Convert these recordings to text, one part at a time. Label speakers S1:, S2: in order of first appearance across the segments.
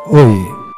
S1: Oi.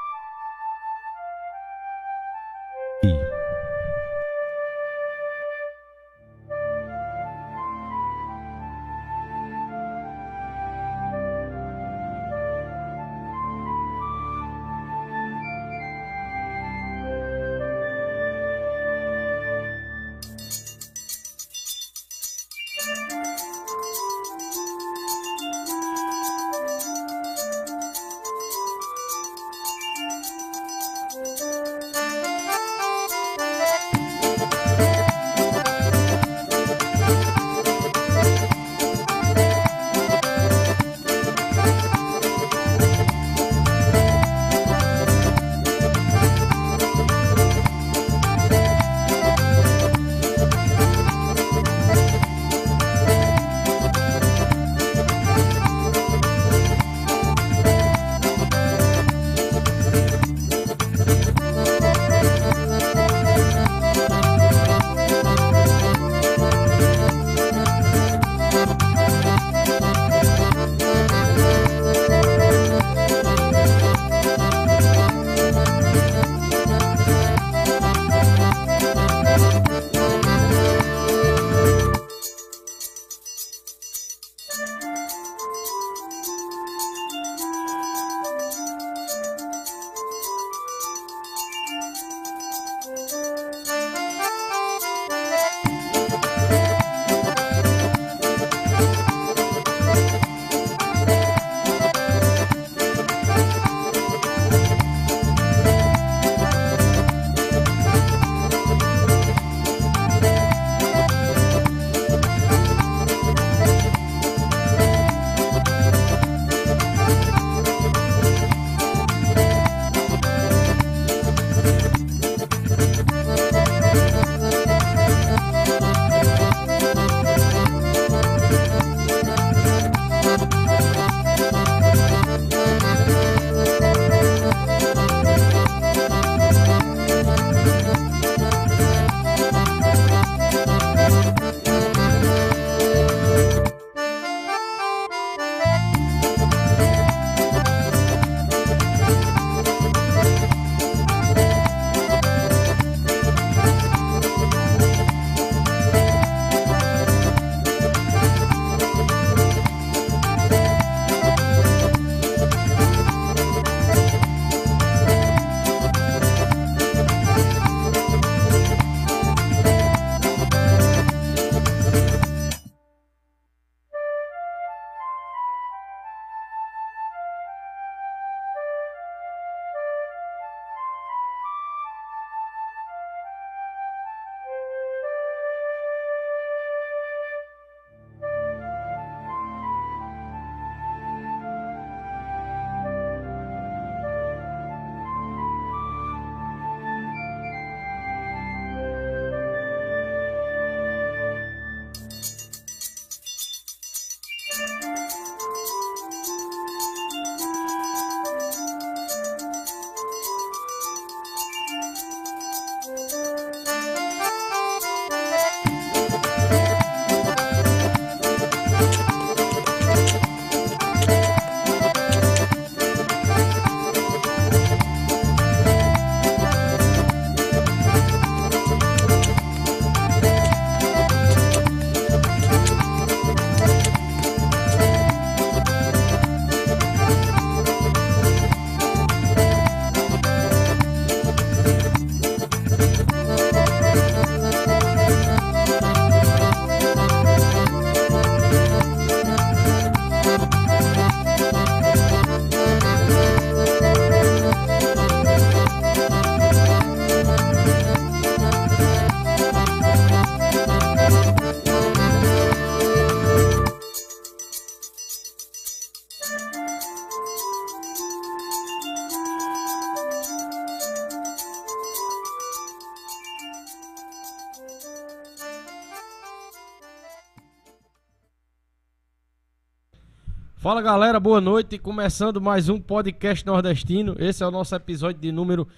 S2: Fala galera, boa noite, começando mais um podcast nordestino. Esse é o nosso episódio de número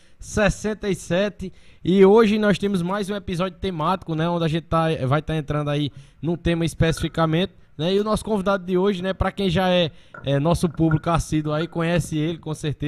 S2: 67 e hoje nós temos mais um episódio temático, né, onde a gente vai estar entrando aí num tema especificamente, né, e o nosso convidado de hoje, né, para quem já é nosso público assíduo aí, conhece ele com certeza,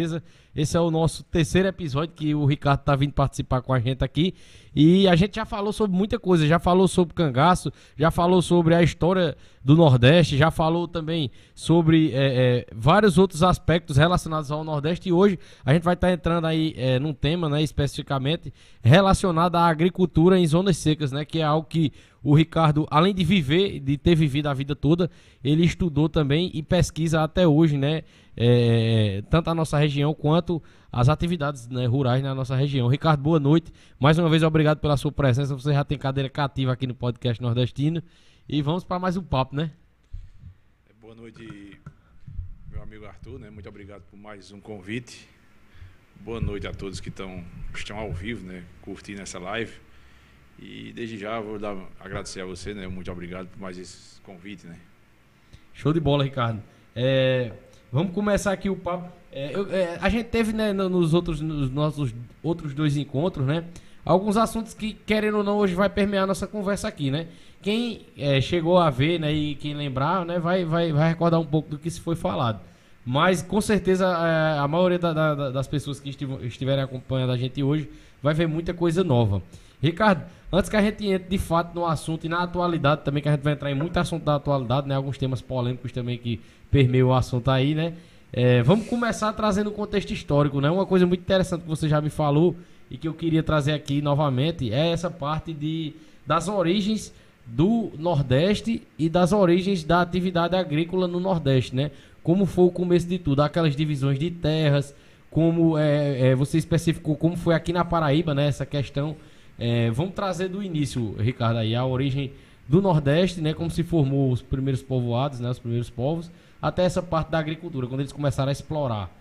S2: Esse é o nosso terceiro episódio que o Ricardo tá vindo participar com a gente aqui. E a gente já falou sobre muita coisa, já falou sobre cangaço, já falou sobre a história do Nordeste, já falou também sobre vários outros aspectos relacionados ao Nordeste. E hoje a gente vai estar entrando aí num tema, né, especificamente relacionado à agricultura em zonas secas, né, que é algo que o Ricardo, além de viver, de ter vivido a vida toda, ele estudou também e pesquisa até hoje, né, tanto a nossa região quanto as atividades, né, rurais na nossa região. Ricardo, boa noite. Mais uma vez, obrigado pela sua presença. Você já tem cadeira cativa aqui no podcast nordestino. E vamos para mais um papo, né?
S1: Boa noite, meu amigo Arthur, né? Muito obrigado por mais um convite. Boa noite a todos que estão ao vivo, né, curtindo essa live. E desde já vou agradecer a você, né? Muito obrigado por mais esse convite, né?
S2: Show de bola, Ricardo. Vamos começar aqui o papo. A gente teve, né, nos nossos outros dois encontros, né, alguns assuntos que, querendo ou não, hoje vai permear a nossa conversa aqui, né? Quem chegou a ver, né, e quem lembrar, né, vai recordar um pouco do que se foi falado. Mas, com certeza, a maioria das pessoas que estiverem acompanhando a gente hoje vai ver muita coisa nova. Ricardo, antes que a gente entre de fato no assunto e na atualidade também, que a gente vai entrar em muito assunto da atualidade, né? Alguns temas polêmicos também que permeiam o assunto aí, né? Vamos começar trazendo o contexto histórico, né? Uma coisa muito interessante que você já me falou e que eu queria trazer aqui novamente é essa parte das origens do Nordeste e das origens da atividade agrícola no Nordeste, né? Como foi o começo de tudo, aquelas divisões de terras, como você especificou como foi aqui na Paraíba, né? Essa questão. Vamos trazer do início, Ricardo, aí a origem do Nordeste, né, como se formou os primeiros povoados, né, os primeiros povos, até essa parte da agricultura, quando eles começaram a explorar.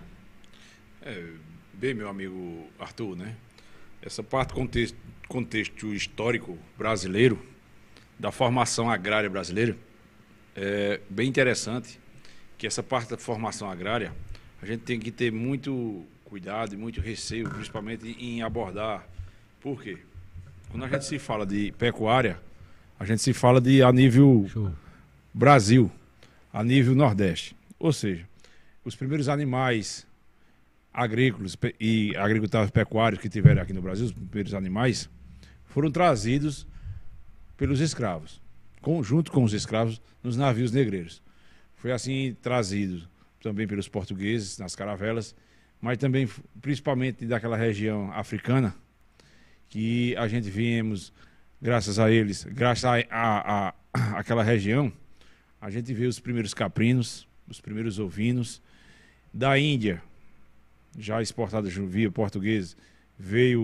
S1: Bem, meu amigo Arthur, né, essa parte contexto histórico brasileiro, da formação agrária brasileira, é bem interessante, que essa parte da formação agrária, a gente tem que ter muito cuidado e muito receio, principalmente em abordar. Por quê? Quando a gente se fala de pecuária, a gente se fala a nível Brasil, a nível Nordeste. Ou seja, os primeiros animais agrícolas e agricultores pecuários que tiveram aqui no Brasil, os primeiros animais, foram trazidos pelos escravos, junto com os escravos nos navios negreiros. Foi assim trazido também pelos portugueses nas caravelas, mas também principalmente daquela região africana, que a gente viemos, graças a eles, graças a aquela região, a gente vê os primeiros caprinos, os primeiros ovinos. Da Índia, já exportado via português, veio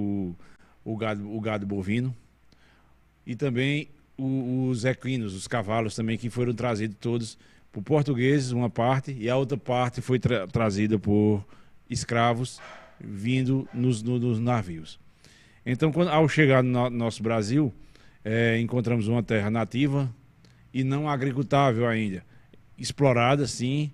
S1: o gado bovino. E também os equinos, os cavalos também, que foram trazidos todos por portugueses, uma parte, e a outra parte foi trazida por escravos vindo nos navios. Então, ao chegar no nosso Brasil, encontramos uma terra nativa e não agricultável ainda. Explorada, sim,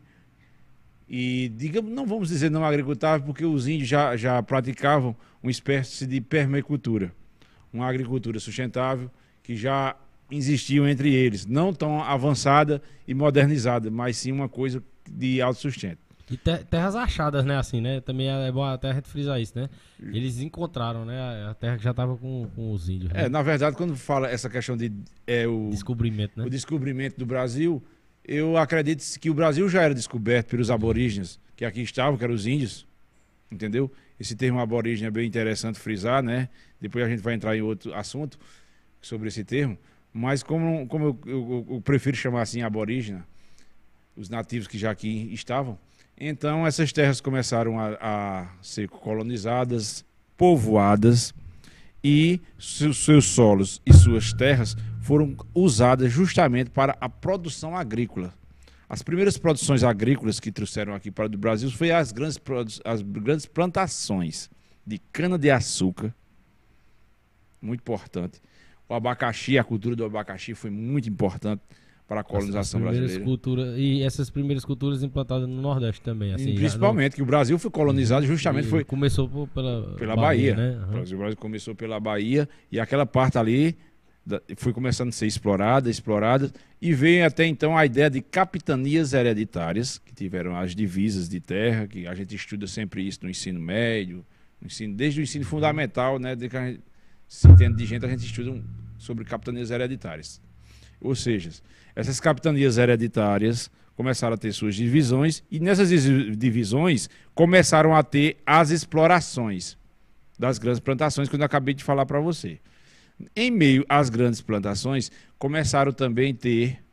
S1: e digamos, não vamos dizer não agricultável, porque os índios já praticavam uma espécie de permacultura, uma agricultura sustentável que já existia entre eles, não tão avançada e modernizada, mas sim uma coisa de autossustento.
S2: E terras achadas, né, assim, né? Também é bom até a gente frisar isso, né? Eles encontraram, né? A terra que já estava com os índios. Né?
S1: Na verdade, quando fala essa questão de
S2: descobrimento, né?
S1: O descobrimento do Brasil, eu acredito que o Brasil já era descoberto pelos aborígenes, que aqui estavam, que eram os índios, entendeu? Esse termo aborígene é bem interessante frisar, né? Depois a gente vai entrar em outro assunto sobre esse termo, mas como eu prefiro chamar assim aborígena, os nativos que já aqui estavam. Então, essas terras começaram a ser colonizadas, povoadas, e seus solos e suas terras foram usadas justamente para a produção agrícola. As primeiras produções agrícolas que trouxeram aqui para o Brasil foi as grandes plantações de cana-de-açúcar, muito importante. O abacaxi, a cultura do abacaxi foi muito importante para a colonização brasileira.
S2: E essas primeiras culturas implantadas no Nordeste também. Assim,
S1: principalmente, que o Brasil foi colonizado justamente
S2: começou pela
S1: Bahia.
S2: Né?
S1: Uhum. O Brasil começou pela Bahia e aquela parte ali foi começando a ser explorada, e veio até então a ideia de capitanias hereditárias, que tiveram as divisas de terra, que a gente estuda sempre isso no ensino médio, desde o ensino fundamental, né, desde que a gente se entende de gente, a gente estuda sobre capitanias hereditárias. Ou seja, essas capitanias hereditárias começaram a ter suas divisões, e nessas divisões começaram a ter as explorações das grandes plantações, que eu acabei de falar para você. Em meio às grandes plantações, começaram também a ter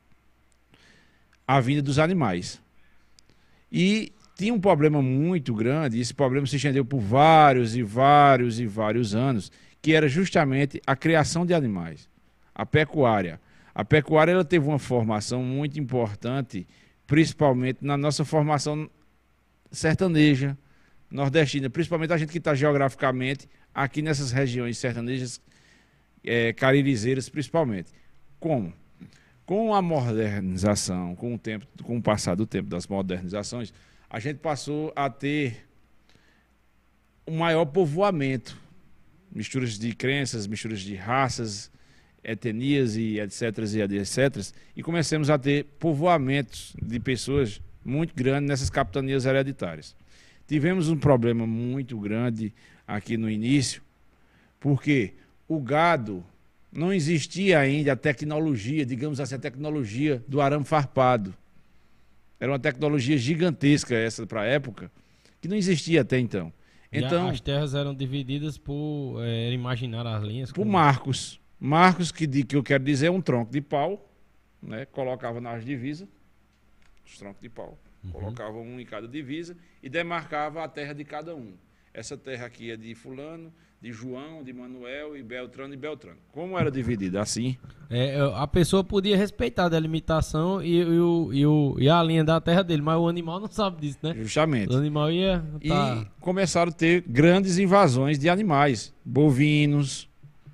S1: a vinda dos animais. E tinha um problema muito grande, e esse problema se estendeu por vários anos, que era justamente a criação de animais, a pecuária. A pecuária ela teve uma formação muito importante, principalmente na nossa formação sertaneja, nordestina, principalmente a gente que está geograficamente aqui nessas regiões sertanejas, caririzeiras principalmente. Como? Com a modernização, com o passar do tempo das modernizações, a gente passou a ter um maior povoamento, misturas de crenças, misturas de raças, etnias e etc, e começamos a ter povoamentos de pessoas muito grandes nessas capitanias hereditárias. Tivemos um problema muito grande aqui no início, porque o gado, não existia ainda a tecnologia, digamos assim, a tecnologia do arame farpado. Era uma tecnologia gigantesca essa para a época, que não existia até então. Então,
S2: as terras eram divididas por imaginar as linhas?
S1: Por marcos. Marcos que eu quero dizer é um tronco de pau, né? Colocava nas divisas, os troncos de pau. Colocava um em cada divisa e demarcava a terra de cada um. Essa terra aqui é de fulano, de João, de Manuel e Beltrano. Como era dividida assim?
S2: A pessoa podia respeitar a delimitação e a linha da terra dele, mas o animal não sabe disso, né?
S1: Justamente.
S2: O animal ia...
S1: E começaram a ter grandes invasões de animais, bovinos,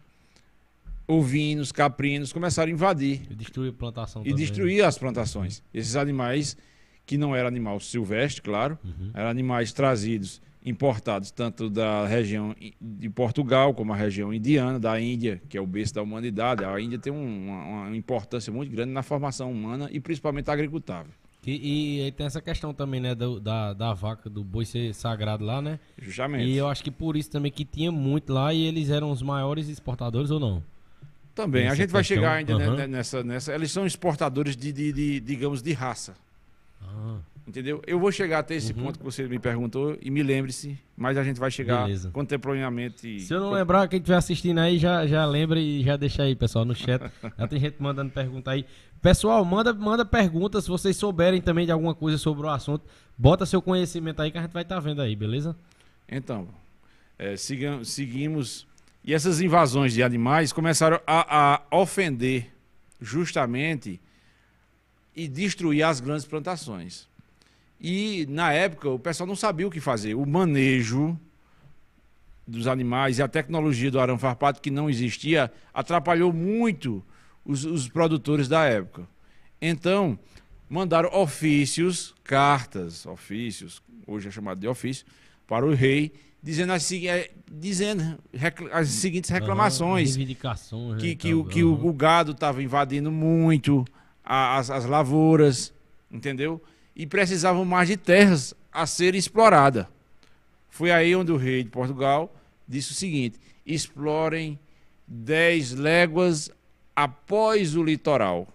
S1: ovinos, caprinos, começaram a invadir.
S2: E destruir a plantação
S1: E
S2: também.
S1: destruir as plantações. Esses animais, que não eram animal silvestre, claro, eram animais trazidos, importados tanto da região de Portugal como a região indiana, da Índia, que é o berço da humanidade. A Índia tem uma importância muito grande na formação humana e principalmente agricultável.
S2: E tem essa questão também, né, da vaca, do boi ser sagrado lá, né?
S1: Justamente.
S2: E eu acho que por isso também que tinha muito lá e eles eram os maiores exportadores ou não?
S1: Também, a gente vai chegar ainda nessa. Eles são exportadores digamos, de raça. Entendeu? Eu vou chegar até esse ponto que você me perguntou e me lembre-se, mas a gente vai chegar contemporaneamente.
S2: Se eu não lembrar, quem estiver assistindo aí, já lembra e já deixa aí, pessoal, no chat. Já tem gente mandando pergunta aí. Pessoal, manda perguntas se vocês souberem também de alguma coisa sobre o assunto. Bota seu conhecimento aí que a gente vai estar vendo aí, beleza?
S1: Então, seguimos. E essas invasões de animais começaram a ofender justamente e destruir as grandes plantações. E, na época, o pessoal não sabia o que fazer. O manejo dos animais e a tecnologia do arame farpado, que não existia, atrapalhou muito os produtores da época. Então, mandaram cartas, hoje é chamado de ofício, para o rei, dizendo as seguintes reclamações.
S2: Reivindicações.
S1: Que o gado estava invadindo muito as lavouras, entendeu? E precisavam mais de terras a serem exploradas. Foi aí onde o rei de Portugal disse o seguinte: explorem 10 léguas após o litoral.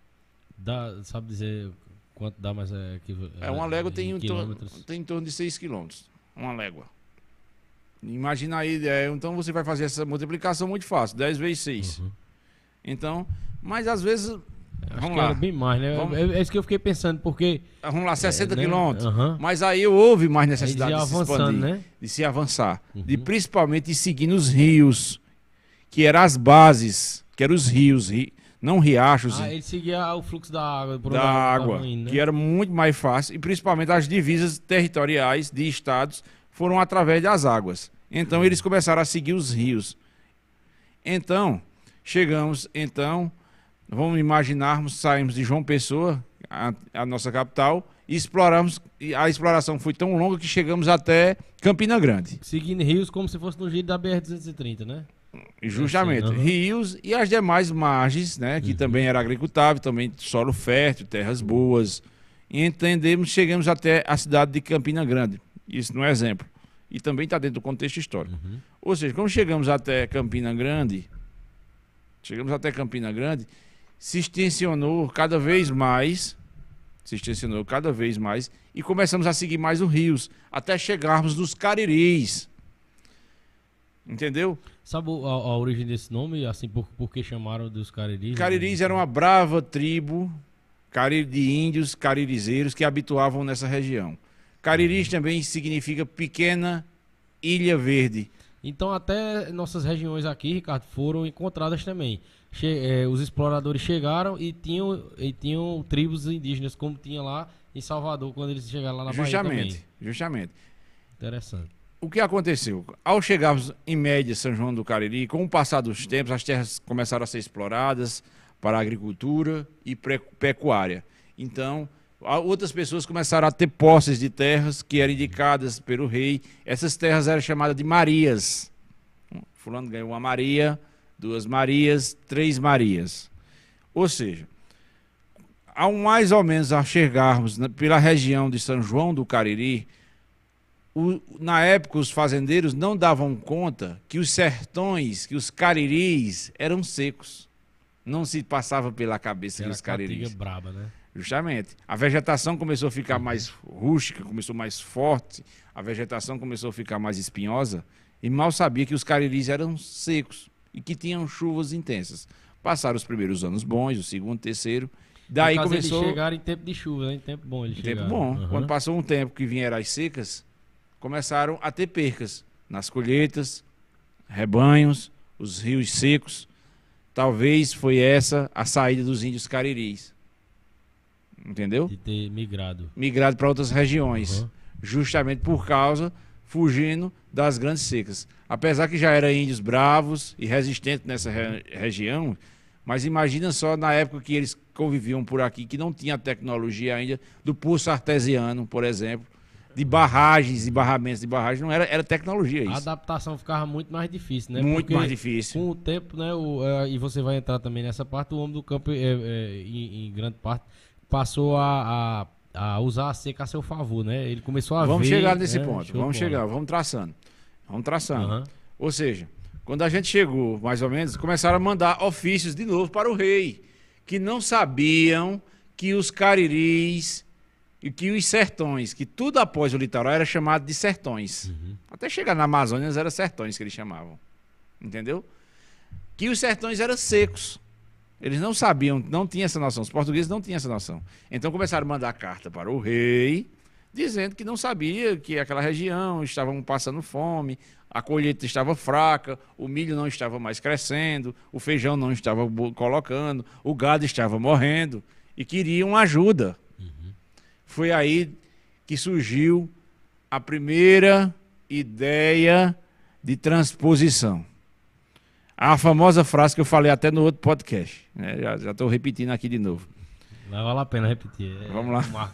S2: Sabe dizer quanto dá, mas
S1: uma légua tem em torno de 6 quilômetros. Uma légua. Imagina aí, então você vai fazer essa multiplicação muito fácil, 10 vezes 6. Então, mas às vezes...
S2: Vamos lá. Era bem mais, né? É isso que eu fiquei pensando, porque...
S1: Vamos lá, 60 quilômetros. Mas aí houve mais necessidade de se expandir,
S2: né?
S1: de se avançar. De principalmente ir seguindo os rios, que eram as bases, que eram os rios, não riachos.
S2: Ele seguia o fluxo da água.
S1: Né? Que era muito mais fácil. E principalmente as divisas territoriais de estados foram através das águas. Então eles começaram a seguir os rios. Então, vamos imaginarmos, saímos de João Pessoa, a nossa capital, e exploramos. E a exploração foi tão longa que chegamos até Campina Grande.
S2: Seguindo rios como se fosse no giro da BR-230, né?
S1: Justamente, rios e as demais margens, né, que também era agricultável, também solo fértil, terras boas. E chegamos até a cidade de Campina Grande. Isso não é exemplo. E também está dentro do contexto histórico. Ou seja, quando chegamos até Campina Grande, se extensionou cada vez mais, e começamos a seguir mais os rios, até chegarmos nos Cariris. Entendeu?
S2: Sabe a origem desse nome, assim, por que chamaram dos Cariris?
S1: Cariris era uma brava tribo de índios caririzeiros que habituavam nessa região. Cariris também significa pequena ilha verde.
S2: Então até nossas regiões aqui, Ricardo, foram encontradas também. Os exploradores chegaram e tinham tribos indígenas, como tinha lá em Salvador, quando eles chegaram lá na Bahia também.
S1: Justamente.
S2: Interessante.
S1: O que aconteceu? Ao chegarmos em média São João do Cariri, com o passar dos tempos, as terras começaram a ser exploradas para a agricultura e pecuária. Então, outras pessoas começaram a ter posses de terras que eram indicadas pelo rei. Essas terras eram chamadas de Marias. Fulano ganhou uma Maria, 2 Marias, 3 Marias. Ou seja, ao mais ou menos a chegarmos pela região de São João do Cariri, na época os fazendeiros não davam conta que os sertões, que os cariris eram secos. Não se passava pela cabeça dos cariris.
S2: Braba, né?
S1: Justamente. A vegetação começou a ficar mais rústica, começou mais forte, a vegetação começou a ficar mais espinhosa, e mal sabia que os cariris eram secos e que tinham chuvas intensas. Passaram os primeiros anos bons, o segundo, terceiro. Daí começou.
S2: Eles chegaram em tempo de chuva, né? Em tempo bom eles chegaram.
S1: Tempo bom. Quando passou um tempo que vieram as secas, começaram a ter percas nas colheitas, rebanhos, os rios secos. Talvez foi essa a saída dos índios cariris. Entendeu?
S2: De ter migrado.
S1: Migrado para outras regiões. Justamente por causa, fugindo das grandes secas. Apesar que já eram índios bravos e resistentes nessa região, mas imagina só na época que eles conviviam por aqui, que não tinha tecnologia ainda do poço artesiano, por exemplo, de barragens e barramentos de barragens, não era tecnologia isso.
S2: A adaptação ficava muito mais difícil, né?
S1: Muito mais difícil.
S2: Com o tempo, né? E você vai entrar também nessa parte, o homem do campo, em grande parte, passou a usar a seca a seu favor, né? Ele começou a
S1: Vamos
S2: ver,
S1: chegar nesse
S2: né?
S1: ponto, vamos traçando. Ou seja, quando a gente chegou, mais ou menos, começaram a mandar ofícios de novo para o rei, que não sabiam que os cariris e que os sertões, que tudo após o litoral era chamado de sertões. Até chegar na Amazônia era sertões que eles chamavam. Entendeu? Que os sertões eram secos. Eles não sabiam, não tinham essa noção. Os portugueses não tinham essa noção. Então começaram a mandar carta para o rei, dizendo que não sabia que aquela região estavam passando fome, a colheita estava fraca, o milho não estava mais crescendo, o feijão não estava colocando, o gado estava morrendo e queriam ajuda. Foi aí que surgiu a primeira ideia de transposição. A famosa frase que eu falei até no outro podcast, né? Já estou repetindo aqui de novo.
S2: Não vale a pena repetir.
S1: Vamos lá.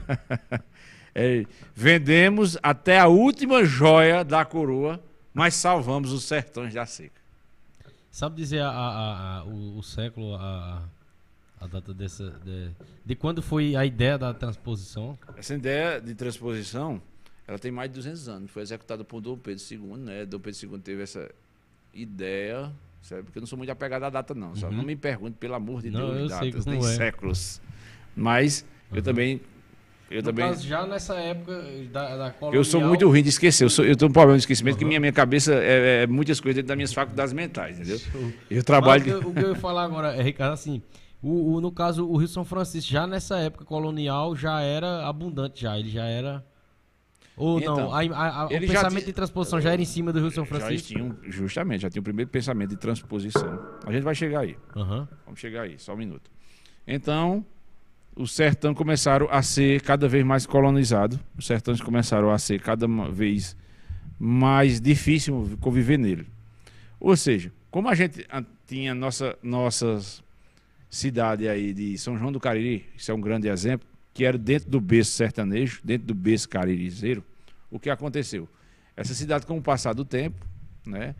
S1: Vendemos até a última joia da coroa, mas salvamos os sertões da seca.
S2: Sabe dizer o século, a data de quando foi a ideia da transposição?
S1: Essa ideia de transposição, ela tem mais de 200 anos. Foi executada por Dom Pedro II, né? Dom Pedro II teve essa ideia, sabe? Porque eu não sou muito apegado à data, não. Só não me pergunte, pelo amor de Deus, datas, nem séculos. Mas eu também...
S2: Caso, já nessa época da colonial...
S1: Eu sou muito ruim de esquecer. Eu tenho um problema de esquecimento, que minha cabeça é muitas coisas dentro das minhas faculdades mentais, entendeu? Eu trabalho...
S2: O que eu ia falar agora, Ricardo, assim... no caso, o Rio São Francisco, já nessa época colonial, já era abundante, já. Ele já era... Ou então, não? O pensamento de transposição já era em cima do Rio São Francisco?
S1: Já tinha o primeiro pensamento de transposição. A gente vai chegar aí. Vamos chegar aí, só um minuto. Então, os sertões começaram a ser cada vez mais colonizados. Os sertões começaram a ser cada vez mais difícil conviver nele. Ou seja, como a gente tinha nossa cidade aí de São João do Cariri, isso é um grande exemplo, que era dentro do berço sertanejo, dentro do berço caririzeiro, o que aconteceu? Essa cidade, com o passar do tempo, né,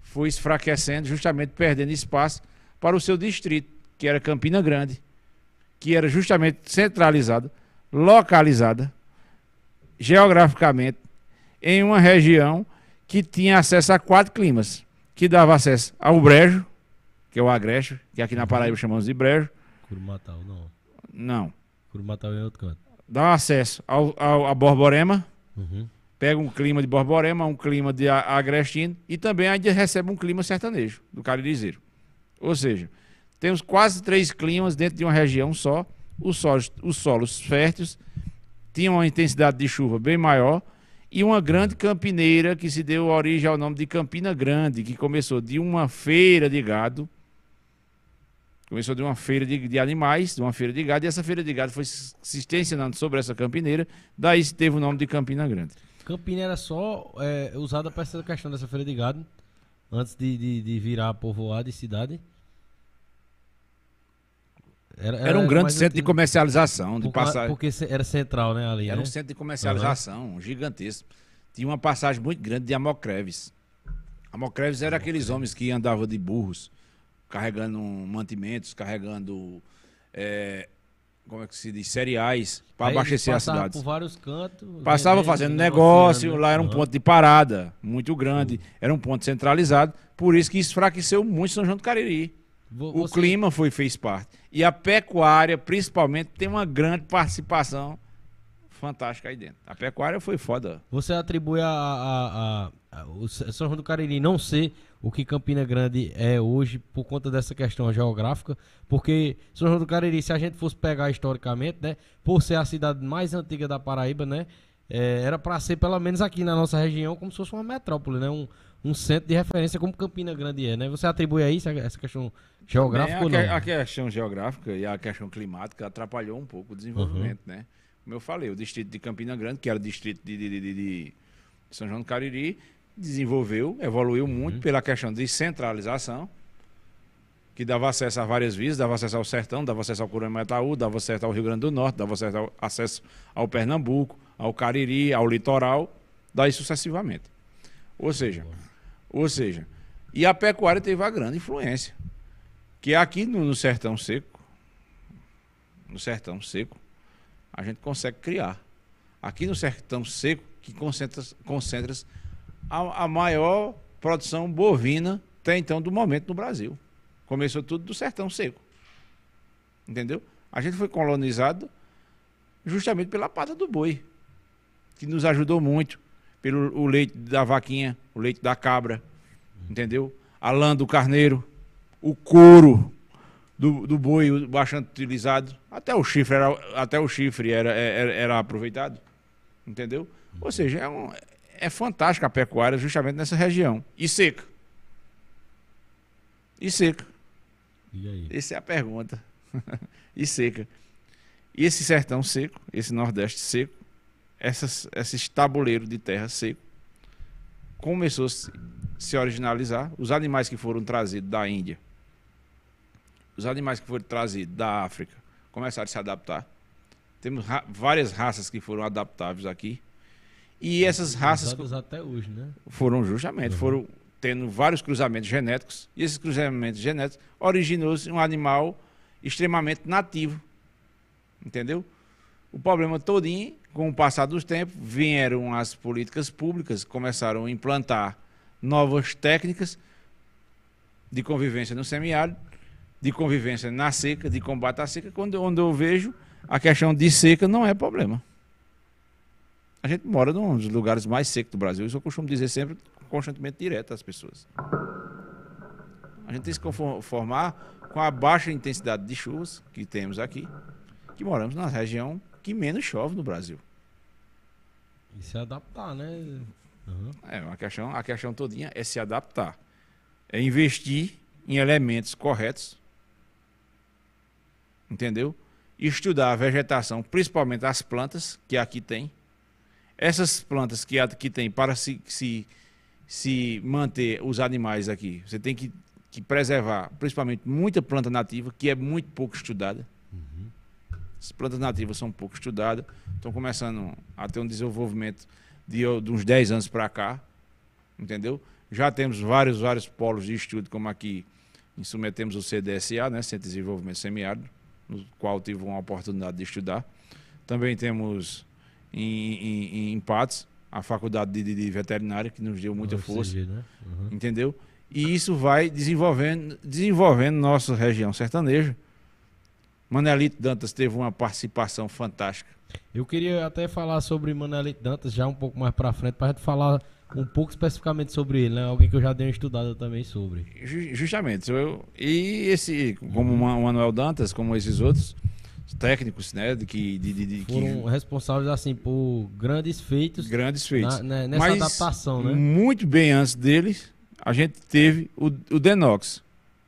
S1: foi se enfraquecendo, justamente perdendo espaço para o seu distrito, que era Campina Grande, que era justamente centralizada, localizada, geograficamente, em uma região que tinha acesso a 4 climas, que dava acesso ao Brejo, que é o Agreste, que aqui na Paraíba chamamos de Brejo.
S2: Curumatau, não.
S1: Não.
S2: Curumatau é outro canto.
S1: Dá acesso a Borborema,
S2: Uhum.
S1: pega um clima de Borborema, um clima de Agrestino, e também ainda recebe um clima sertanejo, do Caririzeiro. Ou seja, temos quase 3 climas dentro de uma região só. Os solos férteis tinham uma intensidade de chuva bem maior e uma grande campineira que se deu origem ao nome de Campina Grande, que começou de uma feira de gado, começou de uma feira de animais, de uma feira de gado, e essa feira de gado foi se extensionando sobre essa campineira, daí se teve o nome de Campina Grande.
S2: Campina era só usada para essa questão dessa feira de gado, antes de virar povoado e cidade?
S1: Era um grande centro de comercialização, de passagem.
S2: Porque era central, né, ali,
S1: Era
S2: né?
S1: um centro de comercialização gigantesco. Tinha uma passagem muito grande de Amocreves. Amocreves era aqueles homens que andavam de burros, carregando mantimentos, carregando, como é que se diz, cereais, para abastecer as cidades.
S2: Por vários cantos.
S1: Passava fazendo negócio, né? Lá era um ponto de parada muito grande, era um ponto centralizado, por isso que enfraqueceu muito São João do Cariri. O clima fez parte. E a pecuária, principalmente, tem uma grande participação fantástica aí dentro. A pecuária foi foda.
S2: Você atribui o São João do Cariri não ser o que Campina Grande é hoje por conta dessa questão geográfica, porque São João do Cariri, se a gente fosse pegar historicamente, né, por ser a cidade mais antiga da Paraíba, né, era para ser, pelo menos aqui na nossa região, como se fosse uma metrópole, né, um centro de referência como Campina Grande é, né? Você atribui a isso, essa questão geográfica ou não?
S1: A questão geográfica e a questão climática atrapalhou um pouco o desenvolvimento, né? Como eu falei, o distrito de Campina Grande, que era o distrito de São João do Cariri, desenvolveu, evoluiu muito pela questão de centralização, que dava acesso a várias vias, dava acesso ao Sertão, dava acesso ao Curumatau, dava acesso ao Rio Grande do Norte, dava acesso ao Pernambuco, ao Cariri, ao litoral, daí sucessivamente. Ou seja, e a pecuária teve a grande influência, que aqui no Sertão Seco, a gente consegue criar. Aqui no Sertão Seco, que concentra a maior produção bovina até então do momento no Brasil. Começou tudo do Sertão Seco. Entendeu? A gente foi colonizado justamente pela pata do boi, que nos ajudou muito, pelo o leite da vaquinha, o leite da cabra, entendeu? A lã do carneiro, o couro do boi bastante utilizado, até o chifre era aproveitado, entendeu? Ou seja, é fantástica a pecuária justamente nessa região. E seca. E seca.
S2: E aí?
S1: Essa é a pergunta. E seca. E esse sertão seco, esse nordeste seco, esse tabuleiro de terra seco, começou a se originalizar. Os animais que foram trazidos da Índia, os animais que foram trazidos da África, começaram a se adaptar. Temos várias raças que foram adaptáveis aqui. E essas raças
S2: até hoje, né?
S1: Foram tendo vários cruzamentos genéticos. E esses cruzamentos genéticos originou-se um animal extremamente nativo. Entendeu? O problema todinho, com o passar dos tempos, vieram as políticas públicas, começaram a implantar novas técnicas de convivência no semiárido, de convivência na seca, de combate à seca, onde eu vejo a questão de seca não é problema. A gente mora num dos lugares mais secos do Brasil, isso eu costumo dizer sempre, constantemente direto às pessoas. A gente tem que se conformar com a baixa intensidade de chuvas que temos aqui, que moramos na região que menos chove no Brasil.
S2: E se adaptar, né?
S1: A questão todinha é se adaptar. É investir em elementos corretos, entendeu? Estudar a vegetação, principalmente as plantas que aqui tem. Essas plantas que aqui tem, para se manter os animais aqui, você tem que preservar, principalmente muita planta nativa, que é muito pouco estudada. As plantas nativas são pouco estudadas, estão começando a ter um desenvolvimento de uns 10 anos para cá, entendeu? Já temos vários polos de estudo, como aqui submetemos o CDSA, né, Centro de Desenvolvimento Semiárido, no qual tive uma oportunidade de estudar. Também temos em Patos a Faculdade de Veterinária, que nos deu muita força,
S2: né?
S1: entendeu? E isso vai desenvolvendo nossa região sertaneja. Manelito Dantas teve uma participação fantástica.
S2: Eu queria até falar sobre Manelito Dantas já um pouco mais para frente, para a gente falar um pouco especificamente sobre ele, né? Alguém que eu já dei uma estudada também sobre.
S1: Justamente. E como o Manuel Dantas, como esses outros técnicos, né?
S2: Foram responsáveis, assim, por grandes feitos. Nessa
S1: Mas,
S2: adaptação, né?
S1: Muito bem antes deles, a gente teve o DENOX,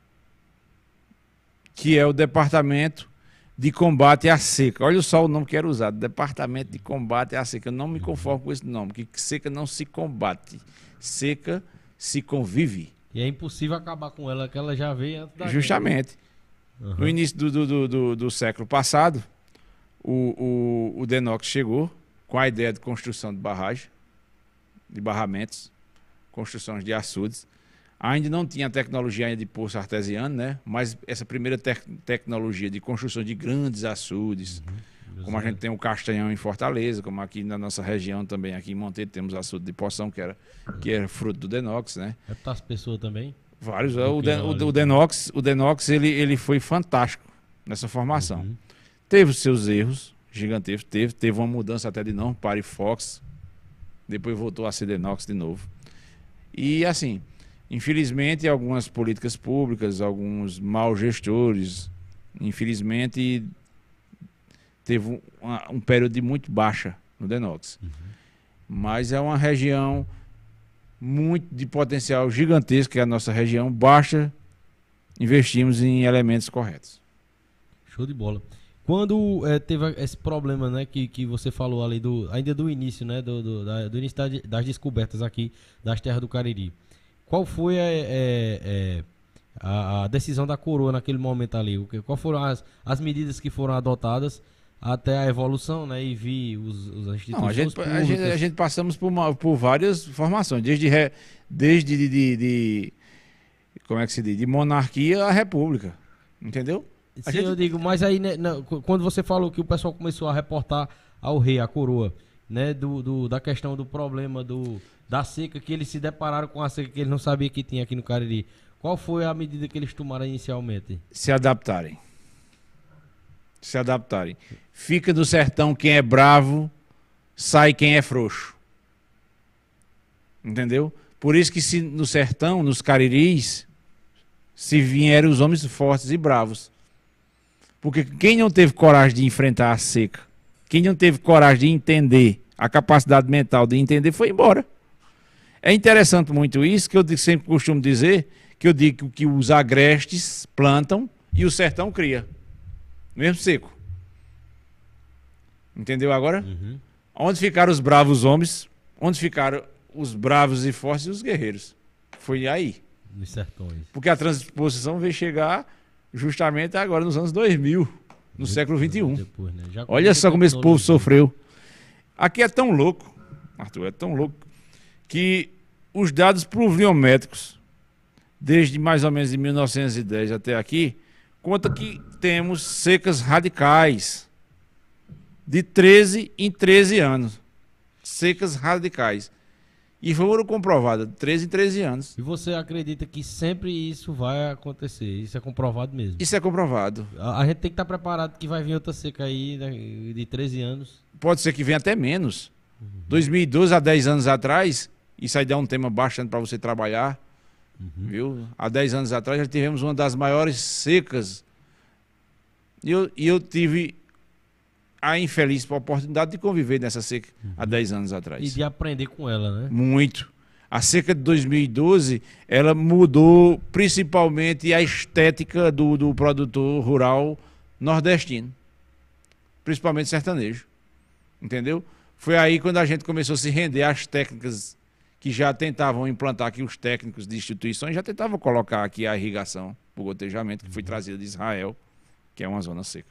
S1: que é o Departamento de Combate à Seca. Olha só o nome que era usado, Departamento de Combate à Seca. Eu não me conformo com esse nome, que seca não se combate, seca se convive.
S2: E é impossível acabar com ela, que ela já veio antes da
S1: Justamente. No início do século passado, o DENOX chegou com a ideia de construção de barragem, de barramentos, construções de açudes. Ainda não tinha tecnologia ainda de poço artesiano, né? Mas essa primeira tecnologia de construção de grandes açudes, como a gente tem o Castanhão em Fortaleza, como aqui na nossa região também, aqui em Monteiro, temos açude de Poção, que era fruto do DENOX, né?
S2: É para as pessoas também?
S1: Vários. O DENOX ele foi fantástico nessa formação. Teve os seus erros gigantescos, teve uma mudança até de nome, Parifox, depois voltou a ser DENOX de novo. E assim, infelizmente, algumas políticas públicas, alguns maus gestores, infelizmente, teve um período de muito baixa no DENOX. Mas é uma região muito de potencial gigantesco, que é a nossa região, basta investirmos em elementos corretos.
S2: Show de bola. Quando teve esse problema, né, que você falou ali, ainda do início, né, do início das descobertas aqui das terras do Cariri, qual foi a decisão da coroa naquele momento ali? Qual foram as medidas que foram adotadas até a evolução, né? E vi as instituições
S1: a gente passamos por várias formações, desde como é que se diz? De monarquia à república, entendeu?
S2: Sim, eu digo, mas aí, né, quando você falou que o pessoal começou a reportar ao rei, à coroa, né, da questão do problema da seca, que eles se depararam com a seca que eles não sabiam que tinha aqui no Cariri, qual foi a medida que eles tomaram inicialmente?
S1: Se adaptarem. Fica no sertão quem é bravo, sai quem é frouxo. Entendeu? Por isso que no sertão, nos cariris, se vieram os homens fortes e bravos. Porque quem não teve coragem de enfrentar a seca, quem não teve coragem de entender, a capacidade mental de entender, foi embora. É interessante muito isso, que eu sempre costumo dizer, que eu digo que os agrestes plantam e o sertão cria. Mesmo seco. Entendeu agora? Onde ficaram os bravos homens? Onde ficaram os bravos e fortes e os guerreiros? Foi aí.
S2: Nos sertões.
S1: Porque a transposição veio chegar justamente agora nos anos 2000, no século XXI.
S2: Depois, né?
S1: Olha só como esse povo sofreu. Aqui é tão louco, Arthur, é tão louco, que os dados pluviométricos, desde mais ou menos de 1910 até aqui, conta que temos secas radicais de 13 em 13 anos. Secas radicais. E foram comprovadas de 13 em 13 anos.
S2: E você acredita que sempre isso vai acontecer? Isso é comprovado mesmo?
S1: Isso é comprovado.
S2: A gente tem que estar preparado que vai vir outra seca aí, né, de 13 anos.
S1: Pode ser que venha até menos. 2012, há 10 anos atrás, isso aí dá um tema bastante para você trabalhar. Viu? Há 10 anos atrás já tivemos uma das maiores secas. E eu tive a infeliz oportunidade de conviver nessa seca há 10 anos atrás.
S2: E de aprender com ela, né?
S1: Muito. A seca de 2012, ela mudou principalmente a estética do produtor rural nordestino. Principalmente sertanejo. Entendeu? Foi aí quando a gente começou a se render às técnicas que já tentavam implantar aqui, os técnicos de instituições já tentavam colocar aqui a irrigação, o gotejamento, que foi trazida de Israel, que é uma zona seca.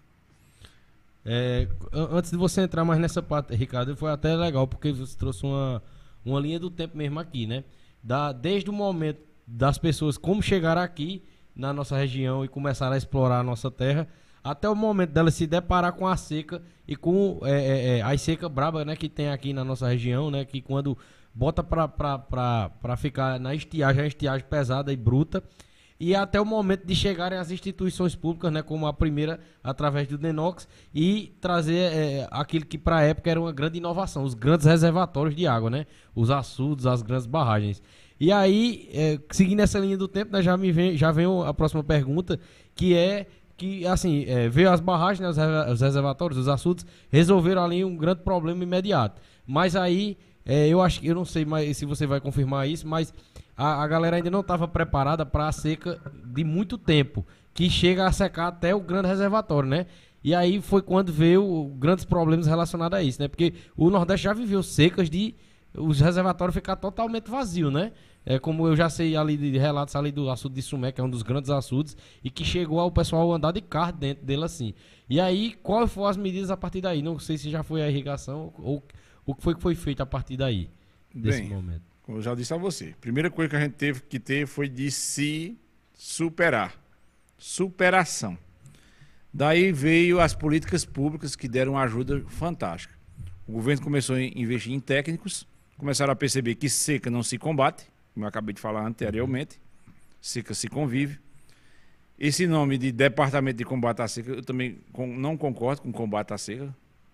S2: Antes de você entrar mais nessa parte, Ricardo, foi até legal, porque você trouxe uma linha do tempo mesmo aqui, né? desde o momento das pessoas como chegaram aqui na nossa região e começaram a explorar a nossa terra, até o momento dela se deparar com a seca e com a seca braba, né, que tem aqui na nossa região, né, que quando bota para ficar na estiagem, é uma estiagem pesada e bruta, e até o momento de chegarem às instituições públicas, né, como a primeira através do Denox, e trazer aquilo que para a época era uma grande inovação, os grandes reservatórios de água, né, os açudes, as grandes barragens. E aí, seguindo essa linha do tempo, né, já vem a próxima pergunta, que assim, veio as barragens, né, os reservatórios, os açudes, resolveram ali um grande problema imediato. Mas aí, eu não sei mais se você vai confirmar isso, mas a galera ainda não estava preparada para a seca de muito tempo, que chega a secar até o grande reservatório, né? E aí foi quando veio grandes problemas relacionados a isso, né? Porque o Nordeste já viveu secas de os reservatórios ficar totalmente vazios, né? Como eu já sei ali de relatos ali do açude de Sumé, que é um dos grandes açudes, e que chegou ao pessoal andar de carro dentro dele assim. E aí, quais foram as medidas a partir daí? Não sei se já foi a irrigação ou o que foi feito a partir daí, desse momento.
S1: Como eu já disse a você, a primeira coisa que a gente teve que ter foi de se superar. Superação. Daí veio as políticas públicas que deram uma ajuda fantástica. O governo começou a investir em técnicos, começaram a perceber que seca não se combate, como eu acabei de falar anteriormente, seca se convive. Esse nome de Departamento de Combate à Seca, eu também não concordo com combate à seca.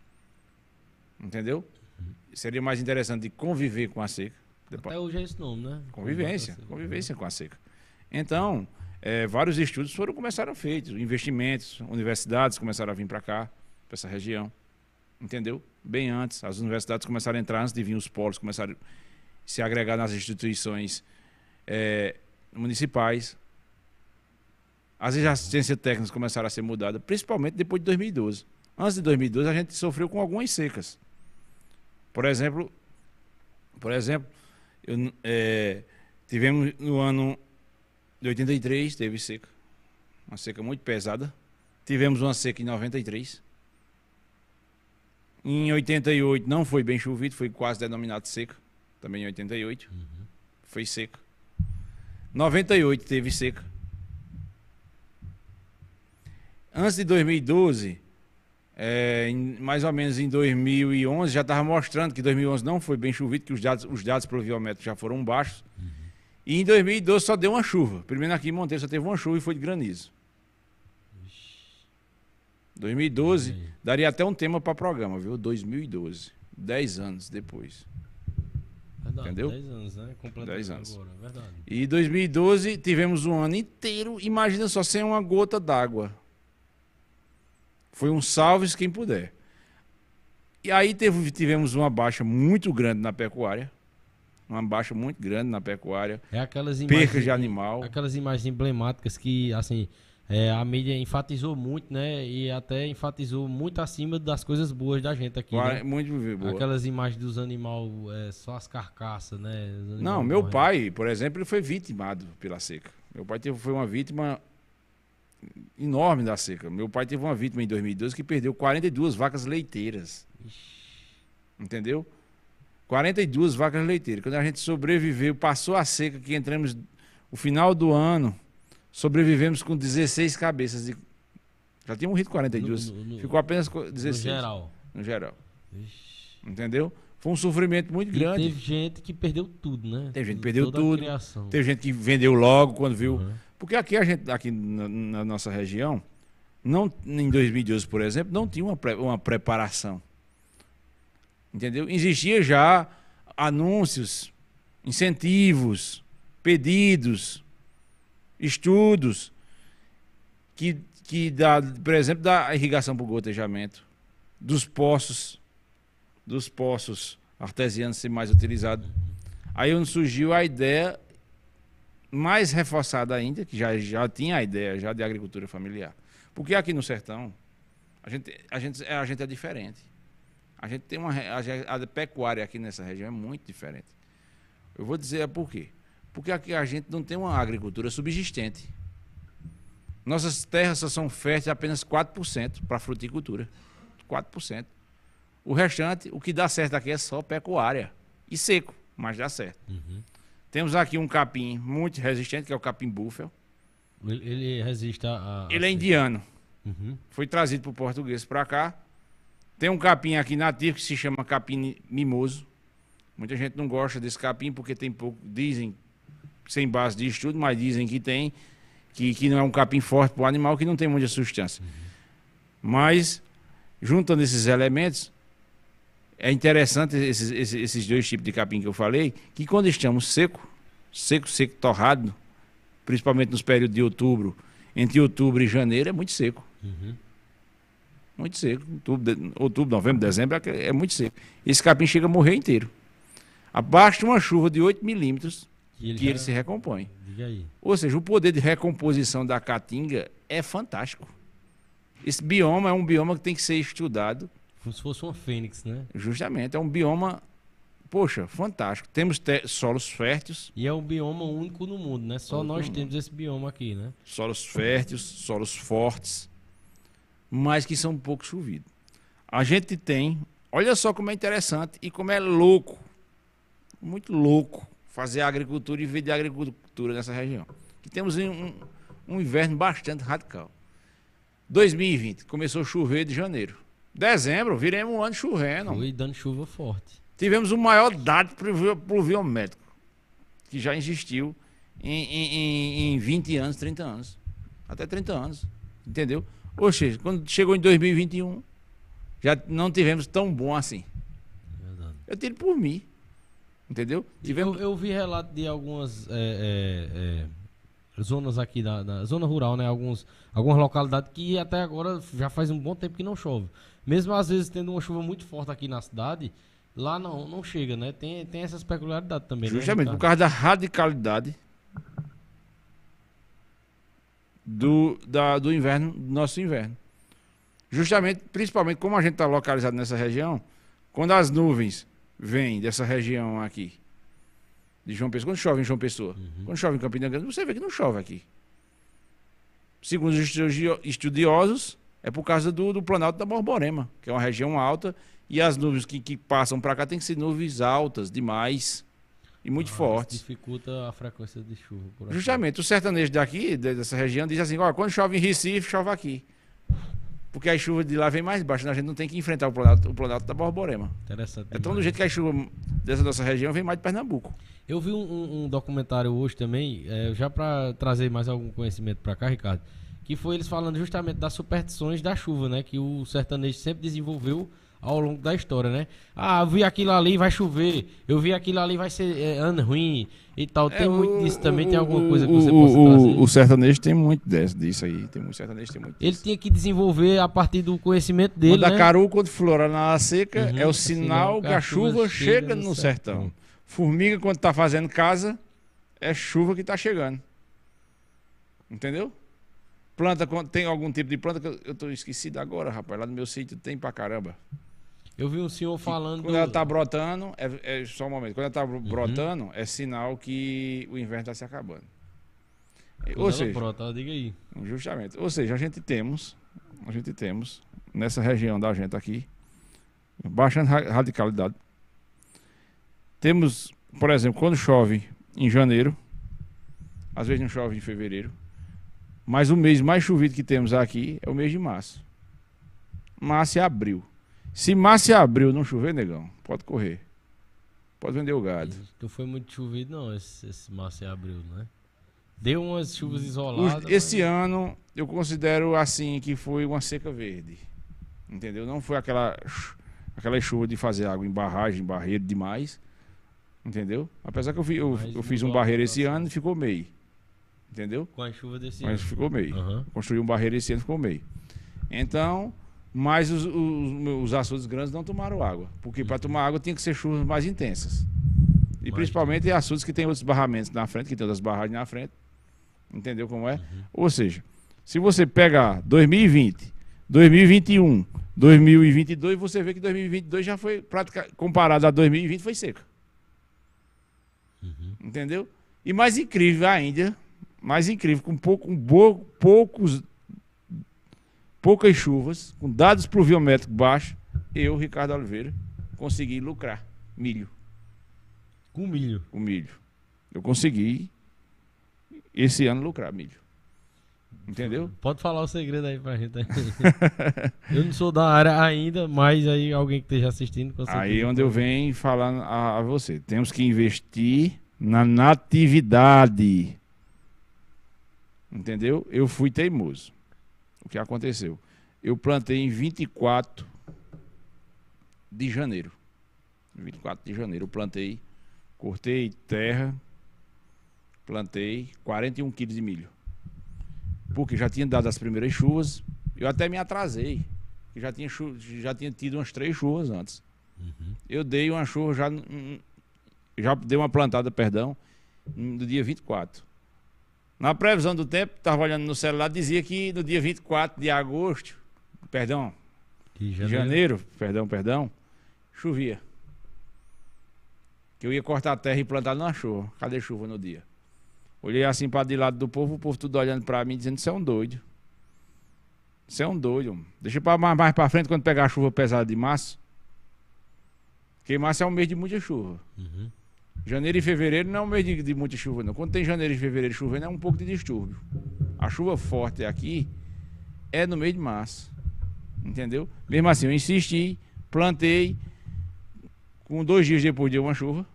S1: Entendeu? Seria mais interessante de conviver com a seca.
S2: Até hoje é esse nome, né?
S1: Convivência com a seca. Então, vários estudos começaram feitos, investimentos, universidades começaram a vir para cá, para essa região. Entendeu? Bem antes, as universidades começaram a entrar, antes de vir os polos, começaram a se agregar nas instituições municipais. As assistências técnicas começaram a ser mudadas, principalmente depois de 2012. Antes de 2012, a gente sofreu com algumas secas. Por exemplo, tivemos no ano de 83, teve seca. Uma seca muito pesada. Tivemos uma seca em 93. Em 88 não foi bem chovido, foi quase denominado seca. Também em 88. Foi seca. 98 teve seca. Antes de 2012, mais ou menos em 2011, já estava mostrando que 2011 não foi bem chovido, que os dados pluviométricos já foram baixos. E em 2012 só deu uma chuva. Primeiro aqui em Monteiro só teve uma chuva e foi de granizo. 2012, daria até um tema para programa, viu? 2012, 10 anos depois.
S2: Verdade,
S1: entendeu?
S2: 10 anos, né? Completamente
S1: 10 anos.
S2: agora, verdade.
S1: E 2012 tivemos um ano inteiro, imagina só, sem uma gota d'água. Foi um salve-se quem puder. E aí tivemos uma baixa muito grande na pecuária. Uma baixa muito grande na pecuária.
S2: Aquelas imagens,
S1: percas de animal.
S2: Aquelas imagens emblemáticas que, assim, a mídia enfatizou muito, né? E até enfatizou muito acima das coisas boas da gente aqui, né?
S1: Muito boa.
S2: Aquelas imagens dos animais, só as carcaças, né?
S1: Não, meu pai, por exemplo, ele foi vitimado pela seca. Meu pai foi uma vítima enorme da seca. Meu pai teve uma vítima em 2012 que perdeu 42 vacas leiteiras. Entendeu? 42 vacas leiteiras. Quando a gente sobreviveu, passou a seca, que entramos no final do ano, sobrevivemos com 16 cabeças. Já tinha morrido 42. Ficou apenas 16. No geral. Entendeu? Foi um sofrimento muito grande.
S2: Teve gente que perdeu tudo, né?
S1: Teve gente que perdeu tudo. Teve gente que vendeu logo quando viu. Porque aqui aqui na nossa região, em 2012, por exemplo, não tinha uma preparação. Entendeu? Existia já anúncios, incentivos, pedidos, estudos que por exemplo, da irrigação por gotejamento, dos poços artesianos ser mais utilizados. Aí surgiu a ideia mais reforçada ainda, que já tinha a ideia já de agricultura familiar. Porque aqui no sertão, a gente é diferente. A gente tem a pecuária aqui nessa região é muito diferente. Eu vou dizer por quê. Porque aqui a gente não tem uma agricultura subsistente. Nossas terras só são férteis apenas 4% para fruticultura. 4%. O restante, o que dá certo aqui é só pecuária. E seco, mas dá certo. Temos aqui um capim muito resistente, que é o capim búfalo.
S2: Ele resiste
S1: Ele é indiano.
S2: Uhum.
S1: Foi trazido por português para cá. Tem um capim aqui nativo que se chama capim mimoso. Muita gente não gosta desse capim porque tem pouco, dizem, sem base de estudo, mas dizem que tem, que não é um capim forte para o animal, que não tem muita substância. Uhum. Mas, juntando esses elementos, é interessante esses dois tipos de capim que eu falei, que quando estamos seco, torrado, principalmente nos períodos de outubro, entre outubro e janeiro, é muito seco.
S2: Uhum.
S1: Muito seco. Outubro, novembro, dezembro é muito seco. Esse capim chega a morrer inteiro. Abaixo de uma chuva de 8 milímetros, ele se recompõe.
S2: Diga aí.
S1: Ou seja, o poder de recomposição da caatinga é fantástico. Esse bioma é um bioma que tem que ser estudado.
S2: Como se fosse uma fênix, né?
S1: Justamente, é um bioma, poxa, fantástico. Temos solos férteis.
S2: E é um bioma único no mundo, né? Só nós temos esse bioma aqui, né?
S1: Solos férteis, solos fortes, mas que são pouco chovidos. A gente tem, olha só como é interessante e como é louco, muito louco, fazer agricultura e viver de agricultura nessa região. Que temos um inverno bastante radical. 2020, começou a chover de janeiro. Dezembro, viremos um ano chovendo.
S2: Foi dando chuva forte.
S1: Tivemos o maior dado pluviométrico que já existiu em 20 anos, 30 anos. Até 30 anos, entendeu? Ou seja, quando chegou em 2021, já não tivemos tão bom assim.
S2: Verdade.
S1: Eu tiro por mim, entendeu?
S2: Eu vi relato de algumas zonas aqui da zona rural, né? Algumas localidades que até agora já faz um bom tempo que não chove. Mesmo às vezes tendo uma chuva muito forte aqui na cidade, lá não chega, né? Tem essas peculiaridades também.
S1: Justamente,
S2: né,
S1: por causa da radicalidade do inverno, do nosso inverno. Justamente, principalmente como a gente está localizado nessa região, quando as nuvens vêm dessa região aqui, de João Pessoa, quando chove em João Pessoa, quando chove em Campina Grande, você vê que não chove aqui. Segundo os estudiosos, é por causa do Planalto da Borborema, que é uma região alta, e as nuvens que passam para cá tem que ser nuvens altas demais e muito fortes.
S2: Dificulta a frequência de chuva. Por aqui.
S1: Justamente, o sertanejo daqui, dessa região, diz assim, quando chove em Recife, chove aqui. Porque a chuva de lá vem mais baixa, a gente não tem que enfrentar o Planalto da Borborema.
S2: Interessante.
S1: Então, do jeito que a chuva dessa nossa região vem mais de Pernambuco.
S2: Eu vi um documentário hoje também, já para trazer mais algum conhecimento para cá, Ricardo, que foi eles falando justamente das superstições da chuva, né? Que o sertanejo sempre desenvolveu ao longo da história, né? Ah, eu vi aquilo ali, vai chover. Eu vi aquilo ali, vai ser ano ruim e tal. Tem muito disso também. Tem alguma coisa que você possa trazer?
S1: O sertanejo tem muito disso aí. Tem muito sertanejo, tem muito disso.
S2: Ele tinha que desenvolver a partir do conhecimento dele,
S1: quando
S2: né?
S1: a caru, quando flora na seca, é o sinal que a chuva chega no sertão. Formiga, quando tá fazendo casa, é chuva que tá chegando. Entendeu? Planta, tem algum tipo de planta que eu tô esquecido agora, rapaz. Lá no meu sítio tem pra caramba.
S2: Eu vi um senhor falando...
S1: Quando ela tá brotando, só um momento. Quando ela tá brotando, é sinal que o inverno tá se acabando.
S2: Ou seja, brota, diga aí.
S1: Justamente. Ou seja, a gente temos, nessa região da gente aqui, bastante radicalidade. Temos, por exemplo, quando chove em janeiro, às vezes não chove em fevereiro, mas o mês mais chovido que temos aqui é o mês de março. Março e abril. Se março e abril não chover, negão, pode correr. Pode vender o gado.
S2: Não foi muito chovido, não, esse março e abril, né? Deu umas chuvas isoladas.
S1: Esse ano, eu considero assim que foi uma seca verde. Entendeu? Não foi aquela chuva de fazer água em barragem, em barreiro demais. Entendeu? Apesar que eu fiz um barreiro esse ano e ficou meio. Entendeu?
S2: Com a chuva desse ano.
S1: Mas ficou meio. Construí um barreiro esse ano e ficou meio. Então, mas os açudes grandes não tomaram água. Porque para tomar água tinha que ser chuvas mais intensas. E principalmente açudes que tem outros barramentos na frente, que tem outras barragens na frente. Entendeu como é? Ou seja, se você pegar 2020, 2021, 2022, você vê que 2022 já foi comparado a 2020 foi seca. Entendeu? E mais incrível ainda, com poucas chuvas, com dados pluviométricos baixos, eu, Ricardo Oliveira, consegui lucrar milho.
S2: Com milho?
S1: Com milho. Eu consegui esse ano lucrar milho. Entendeu?
S2: Pode falar o segredo aí pra gente. Eu não sou da área ainda, mas aí alguém que esteja assistindo... Com certeza
S1: Aí onde eu venho falando a você. Temos que investir na natividade. Entendeu? Eu fui teimoso. O que aconteceu? Eu plantei em 24 de janeiro. 24 de janeiro eu plantei, cortei terra, plantei 41 quilos de milho. Porque já tinha dado as primeiras chuvas, eu até me atrasei. Já tinha tido umas 3 chuvas antes. Eu dei uma chuva, já dei uma plantada, perdão, no dia 24. Na previsão do tempo, estava olhando no celular, dizia que no dia 24 de agosto, de janeiro, chovia. Que eu ia cortar a terra e plantar numa chuva. Cadê chuva no dia? Olhei assim para de lado do povo, o povo tudo olhando para mim, dizendo: você é um doido. Você é um doido, mano. Deixa para mais para frente, quando pegar a chuva pesada de março. Porque março é um mês de muita chuva. Janeiro e fevereiro não é um mês de muita chuva, não. Quando tem janeiro e fevereiro chovendo, é um pouco de distúrbio. A chuva forte aqui é no mês de março. Entendeu? Mesmo assim, eu insisti, plantei. Com 2 dias depois deu uma chuva.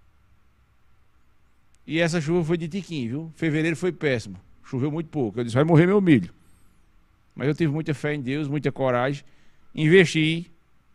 S1: E essa chuva foi de tiquinho, viu? Fevereiro foi péssimo. Choveu muito pouco. Eu disse: vai morrer meu milho. Mas eu tive muita fé em Deus, muita coragem. Investi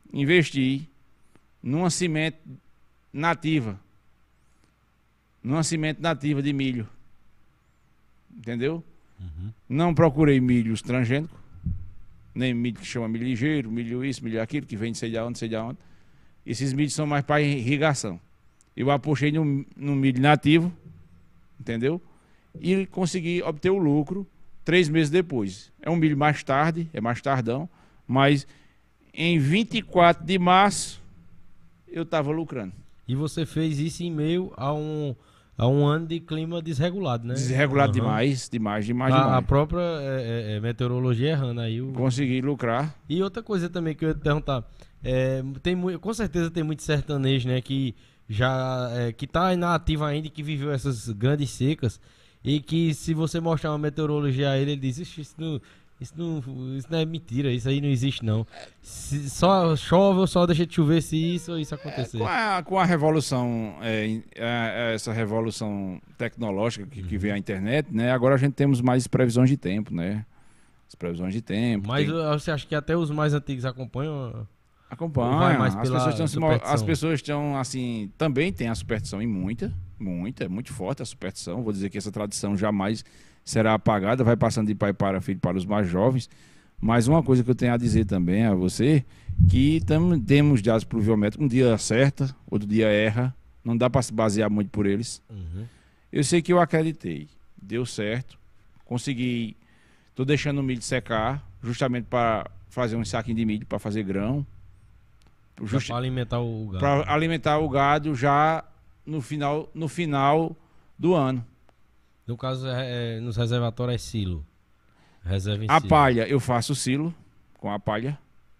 S1: numa semente nativa. Numa semente nativa de milho. Entendeu? Não procurei milho transgênico. Nem milho que chama milho ligeiro, milho isso, milho aquilo, que vem de sei de onde, sei de onde. Esses milhos são mais para irrigação. Eu apostei no milho nativo, entendeu? E consegui obter o lucro 3 meses depois. É um milho mais tarde, é mais tardão, mas em 24 de março eu estava lucrando.
S2: E você fez isso em meio a um ano de clima desregulado, né?
S1: Desregulado demais.
S2: A própria meteorologia errando aí.
S1: Consegui lucrar.
S2: E outra coisa também que eu ia te perguntar, com certeza tem muito sertanejo, né, que já que tá na ativa ainda e que viveu essas grandes secas, e que se você mostrar uma meteorologia a ele diz: isso não é mentira, isso aí não existe não. Só chove ou só deixa de chover se isso ou isso acontecer.
S1: Com a revolução, essa revolução tecnológica que veio a internet, né? Agora a gente temos mais previsões de tempo, né? As previsões de tempo.
S2: Mas você acha que até os mais antigos acompanham?
S1: Acompanham. As pessoas estão assim, também tem a superstição, e muito forte a superstição. Vou dizer que essa tradição jamais será apagada, vai passando de pai para filho para os mais jovens. Mas uma coisa que eu tenho a dizer também a você, que temos dados pluviométricos, um dia acerta, outro dia erra, não dá para se basear muito por eles. Eu sei que eu acreditei, deu certo, consegui, estou deixando o milho secar, justamente para fazer um saquinho de milho, para fazer grão.
S2: Para alimentar o gado.
S1: Para alimentar o gado já no final do ano.
S2: No caso, nos reservatórios é silo. Reserva em
S1: a
S2: silo.
S1: Palha, eu faço silo com a palha.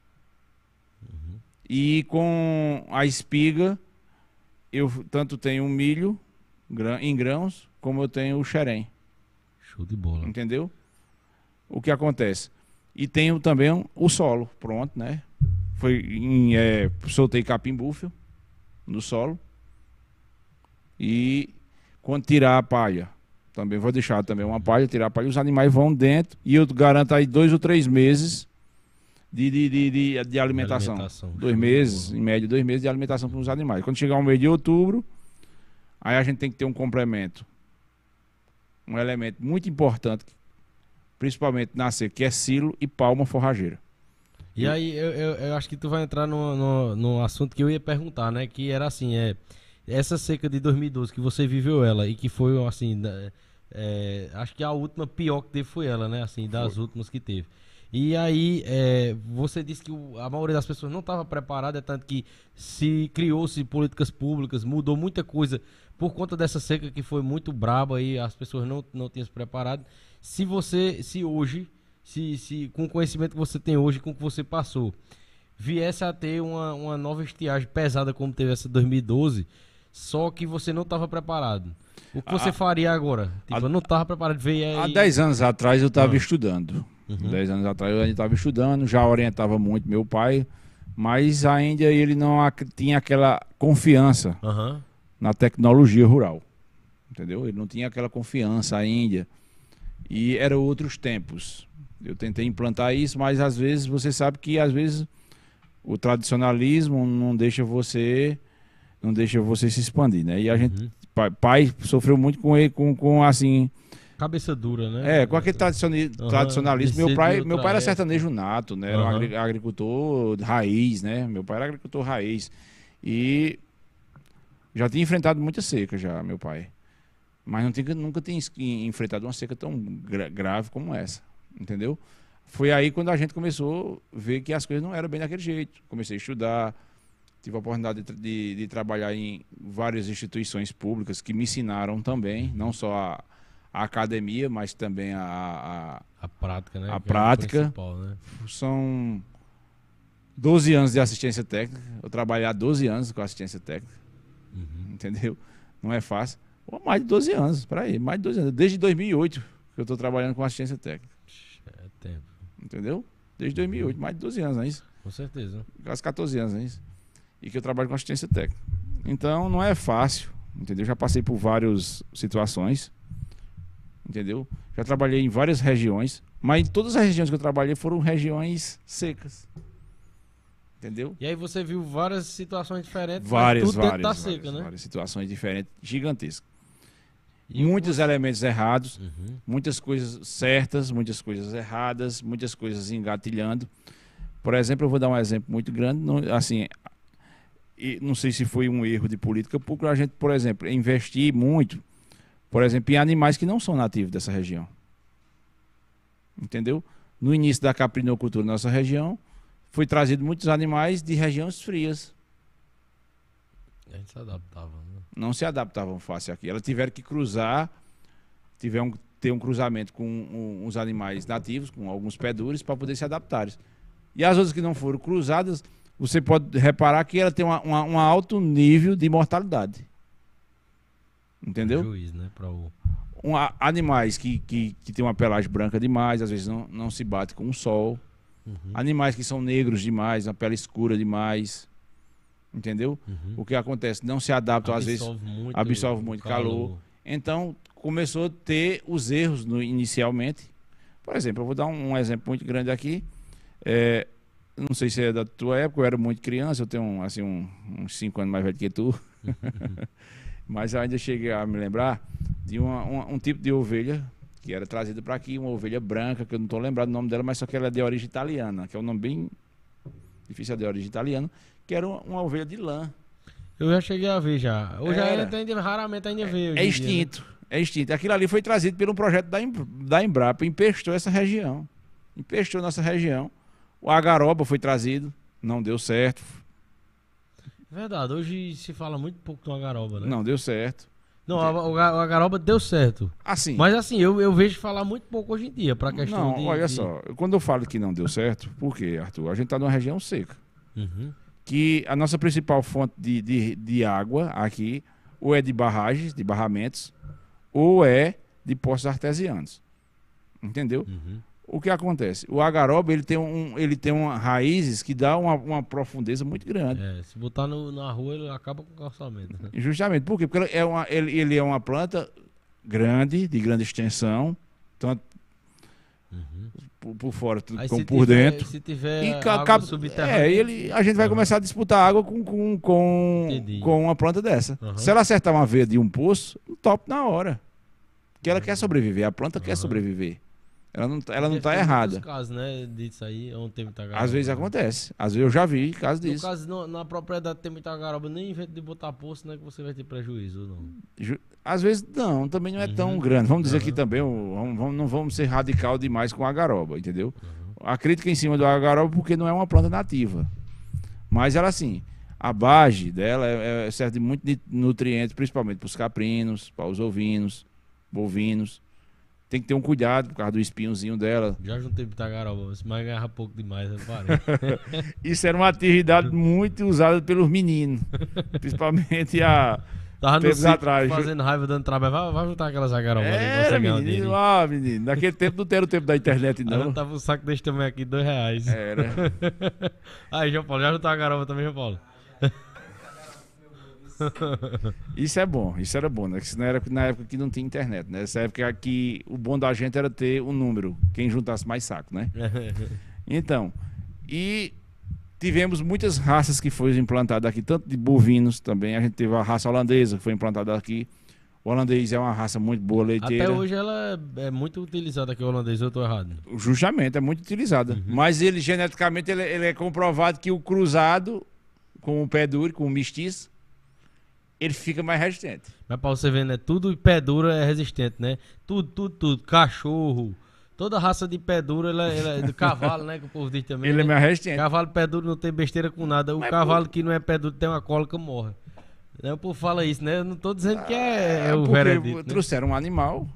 S1: E com a espiga, eu tanto tenho o milho em grãos, como eu tenho o xerém.
S2: Show de bola.
S1: Entendeu? O que acontece? E tenho também o solo pronto, né? Soltei capim búfalo no solo. E quando tirar a palha, também vou deixar também uma palha, tirar a palha, os animais vão dentro e eu garanto aí 2 ou 3 meses de alimentação. 2 meses, em média 2 meses de alimentação para os animais. Quando chegar o mês de outubro, aí a gente tem que ter um complemento, um elemento muito importante, principalmente na seca, que é silo e palma forrageira.
S2: E aí eu acho que tu vai entrar no assunto que eu ia perguntar, né? Que era assim, essa seca de 2012 que você viveu ela e que foi assim, acho que a última pior que teve foi ela, né? Assim, das últimas que teve. E aí você disse que a maioria das pessoas não estava preparada, tanto que se criou-se políticas públicas, mudou muita coisa por conta dessa seca que foi muito braba e as pessoas não tinham se preparado. Se hoje, com o conhecimento que você tem hoje, com o que você passou, viesse a ter uma nova estiagem pesada como teve essa 2012, só que você não estava preparado, O que você faria agora? Tipo, eu não estava preparado de ver aí...
S1: Há 10 anos atrás eu estava estudando. 10 anos atrás eu ainda estava estudando, já orientava muito meu pai, mas ainda ele não tinha aquela confiança na tecnologia rural. Entendeu? Ele não tinha aquela confiança ainda. E eram outros tempos. Eu tentei implantar isso, mas às vezes você sabe que às vezes o tradicionalismo não deixa você se expandir, né? E a gente, pai sofreu muito com ele, com assim,
S2: cabeça dura, né?
S1: com aquele tradicionalismo. Meu pai era sertanejo nato, né? Era um agricultor raiz, né? Meu pai era agricultor raiz e já tinha enfrentado muita seca já, meu pai. Mas nunca tinha enfrentado uma seca tão grave como essa, entendeu? Foi aí quando a gente começou a ver que as coisas não eram bem daquele jeito. Comecei a estudar, tive a oportunidade de trabalhar em várias instituições públicas que me ensinaram também, não só a academia, mas também a
S2: prática, né?
S1: A prática.
S2: Né?
S1: São 12 anos de assistência técnica. Eu trabalhei há 12 anos com assistência técnica, entendeu? Não é fácil. Ou mais de 12 anos, mais de 12 anos. Desde 2008 que eu estou trabalhando com assistência técnica.
S2: É tempo.
S1: Entendeu? Desde 2008, mais de 12 anos, não é isso?
S2: Com certeza.
S1: Quase 14 anos, não é isso? E que eu trabalho com assistência técnica. Então não é fácil, entendeu? Já passei por várias situações, entendeu? Já trabalhei em várias regiões, mas em todas as regiões que eu trabalhei foram regiões secas. Entendeu?
S2: E aí você viu várias situações diferentes,
S1: várias situações diferentes, gigantescas. E muitos elementos errados, muitas coisas certas, muitas coisas erradas, muitas coisas engatilhando. Por exemplo, eu vou dar um exemplo muito grande, não sei se foi um erro de política pública, a gente, por exemplo, investir muito, por exemplo, em animais que não são nativos dessa região. Entendeu? No início da caprinocultura na nossa região, foi trazido muitos animais de regiões frias.
S2: A gente se adaptava, né?
S1: Não se adaptavam fácil aqui. Elas tiveram que cruzar, ter um cruzamento com uns animais nativos, com alguns pedures, para poder se adaptarem. E as outras que não foram cruzadas, você pode reparar que ela tem um alto nível de mortalidade. Entendeu?
S2: Juiz, né?
S1: Animais que têm uma pelagem branca demais, às vezes não se bate com o sol. Animais que são negros demais, uma pele escura demais. Entendeu? O que acontece? Não se adaptam, às vezes absorve muito calor. Então, começou a ter os erros inicialmente. Por exemplo, eu vou dar um exemplo muito grande aqui. Não sei se é da tua época, eu era muito criança, eu tenho assim, uns 5 anos mais velho que tu. Mas eu ainda cheguei a me lembrar de um tipo de ovelha que era trazida para aqui, uma ovelha branca, que eu não estou lembrado do nome dela, mas só que ela é de origem italiana, que é um nome bem difícil, de origem italiana, que era uma ovelha de lã.
S2: Eu já cheguei a ver já. Hoje raramente ainda vê.
S1: É extinto, né? É extinto. Aquilo ali foi trazido por um projeto da Embrapa, empestou essa região. Empestou nossa região. O agaroba foi trazido, não deu certo.
S2: Verdade, hoje se fala muito pouco do agaroba, né?
S1: Não deu certo.
S2: Não, o agaroba deu certo.
S1: Assim.
S2: Mas assim, eu vejo falar muito pouco hoje em dia pra questão
S1: Não, olha só. Quando eu falo que não deu certo, por quê, Arthur? A gente tá numa região seca. Que a nossa principal fonte de água aqui ou é de barragens, de barramentos, ou é de poços artesianos. Entendeu? O que acontece? O agaroba, ele tem raízes que dá uma profundeza muito grande.
S2: Se botar na rua, ele acaba com o calçamento. Né?
S1: Justamente. Por quê? Porque ele é uma planta grande, de grande extensão, tanto por fora como por dentro.
S2: Se tiver água subterrânea...
S1: a gente vai começar a disputar água com uma planta dessa. Se ela acertar uma veia de um poço, top na hora. Porque ela quer sobreviver, a planta quer sobreviver. Ela não está errada.
S2: Casos, né, disso aí, onde tem muita garoba.
S1: Às vezes acontece. Às vezes eu já vi casos disso.
S2: No caso, na propriedade tem muita garoba, nem invento de botar poço, né, que você vai ter prejuízo, não.
S1: Às vezes não, também não é tão grande. Vamos dizer aqui também, não vamos ser radical demais com a garoba, entendeu? A crítica em cima do agaroba porque não é uma planta nativa. Mas ela assim, a base dela serve de muito nutrientes, principalmente para os caprinos, para os ovinos, bovinos. Tem que ter um cuidado por causa do espinhozinho dela.
S2: Já juntei muita garoba, mas ganhava pouco demais, eu parei.
S1: Isso era uma atividade muito usada pelos meninos. Principalmente
S2: Tava no
S3: tempos
S2: sítio
S3: atrás.
S2: fazendo raiva, dando trabalho. Vai juntar aquela zagaroma ali que você ganha um dinheirinho.
S3: Menino. Naquele tempo não era o tempo da internet,
S2: Aí eu
S3: não.
S2: tava um saco desse também aqui, R$2.
S3: Era.
S2: Aí, João Paulo, já juntou a garoba também, João Paulo?
S3: Isso é bom, isso era bom, né? Isso na época que não tinha internet, né? Nessa época que o bom da gente era ter um número, quem juntasse mais saco, né? Então, e tivemos muitas raças que foram implantadas aqui, tanto de bovinos também. A gente teve a raça holandesa que foi implantada aqui. O holandês é uma raça muito boa, leiteira.
S2: Até hoje ela é muito utilizada aqui, o holandês, eu tô errado.
S3: Justamente, é muito utilizada. Mas ele, geneticamente, ele é comprovado que o cruzado com o pé duro, com o mestiço, ele fica mais resistente.
S2: Mas pra você ver, né? Tudo pé duro é resistente, né? Tudo. Cachorro. Toda raça de pé duro, ela é do cavalo, né? Que o povo diz também.
S3: Ele
S2: né?
S3: é mais resistente.
S2: Cavalo pé duro não tem besteira com nada. O cavalo que não é pé duro tem uma cólica, morre. Né? O povo fala isso, né? Eu não tô dizendo que é o
S3: porque
S2: veredito. Né?
S3: trouxeram um animal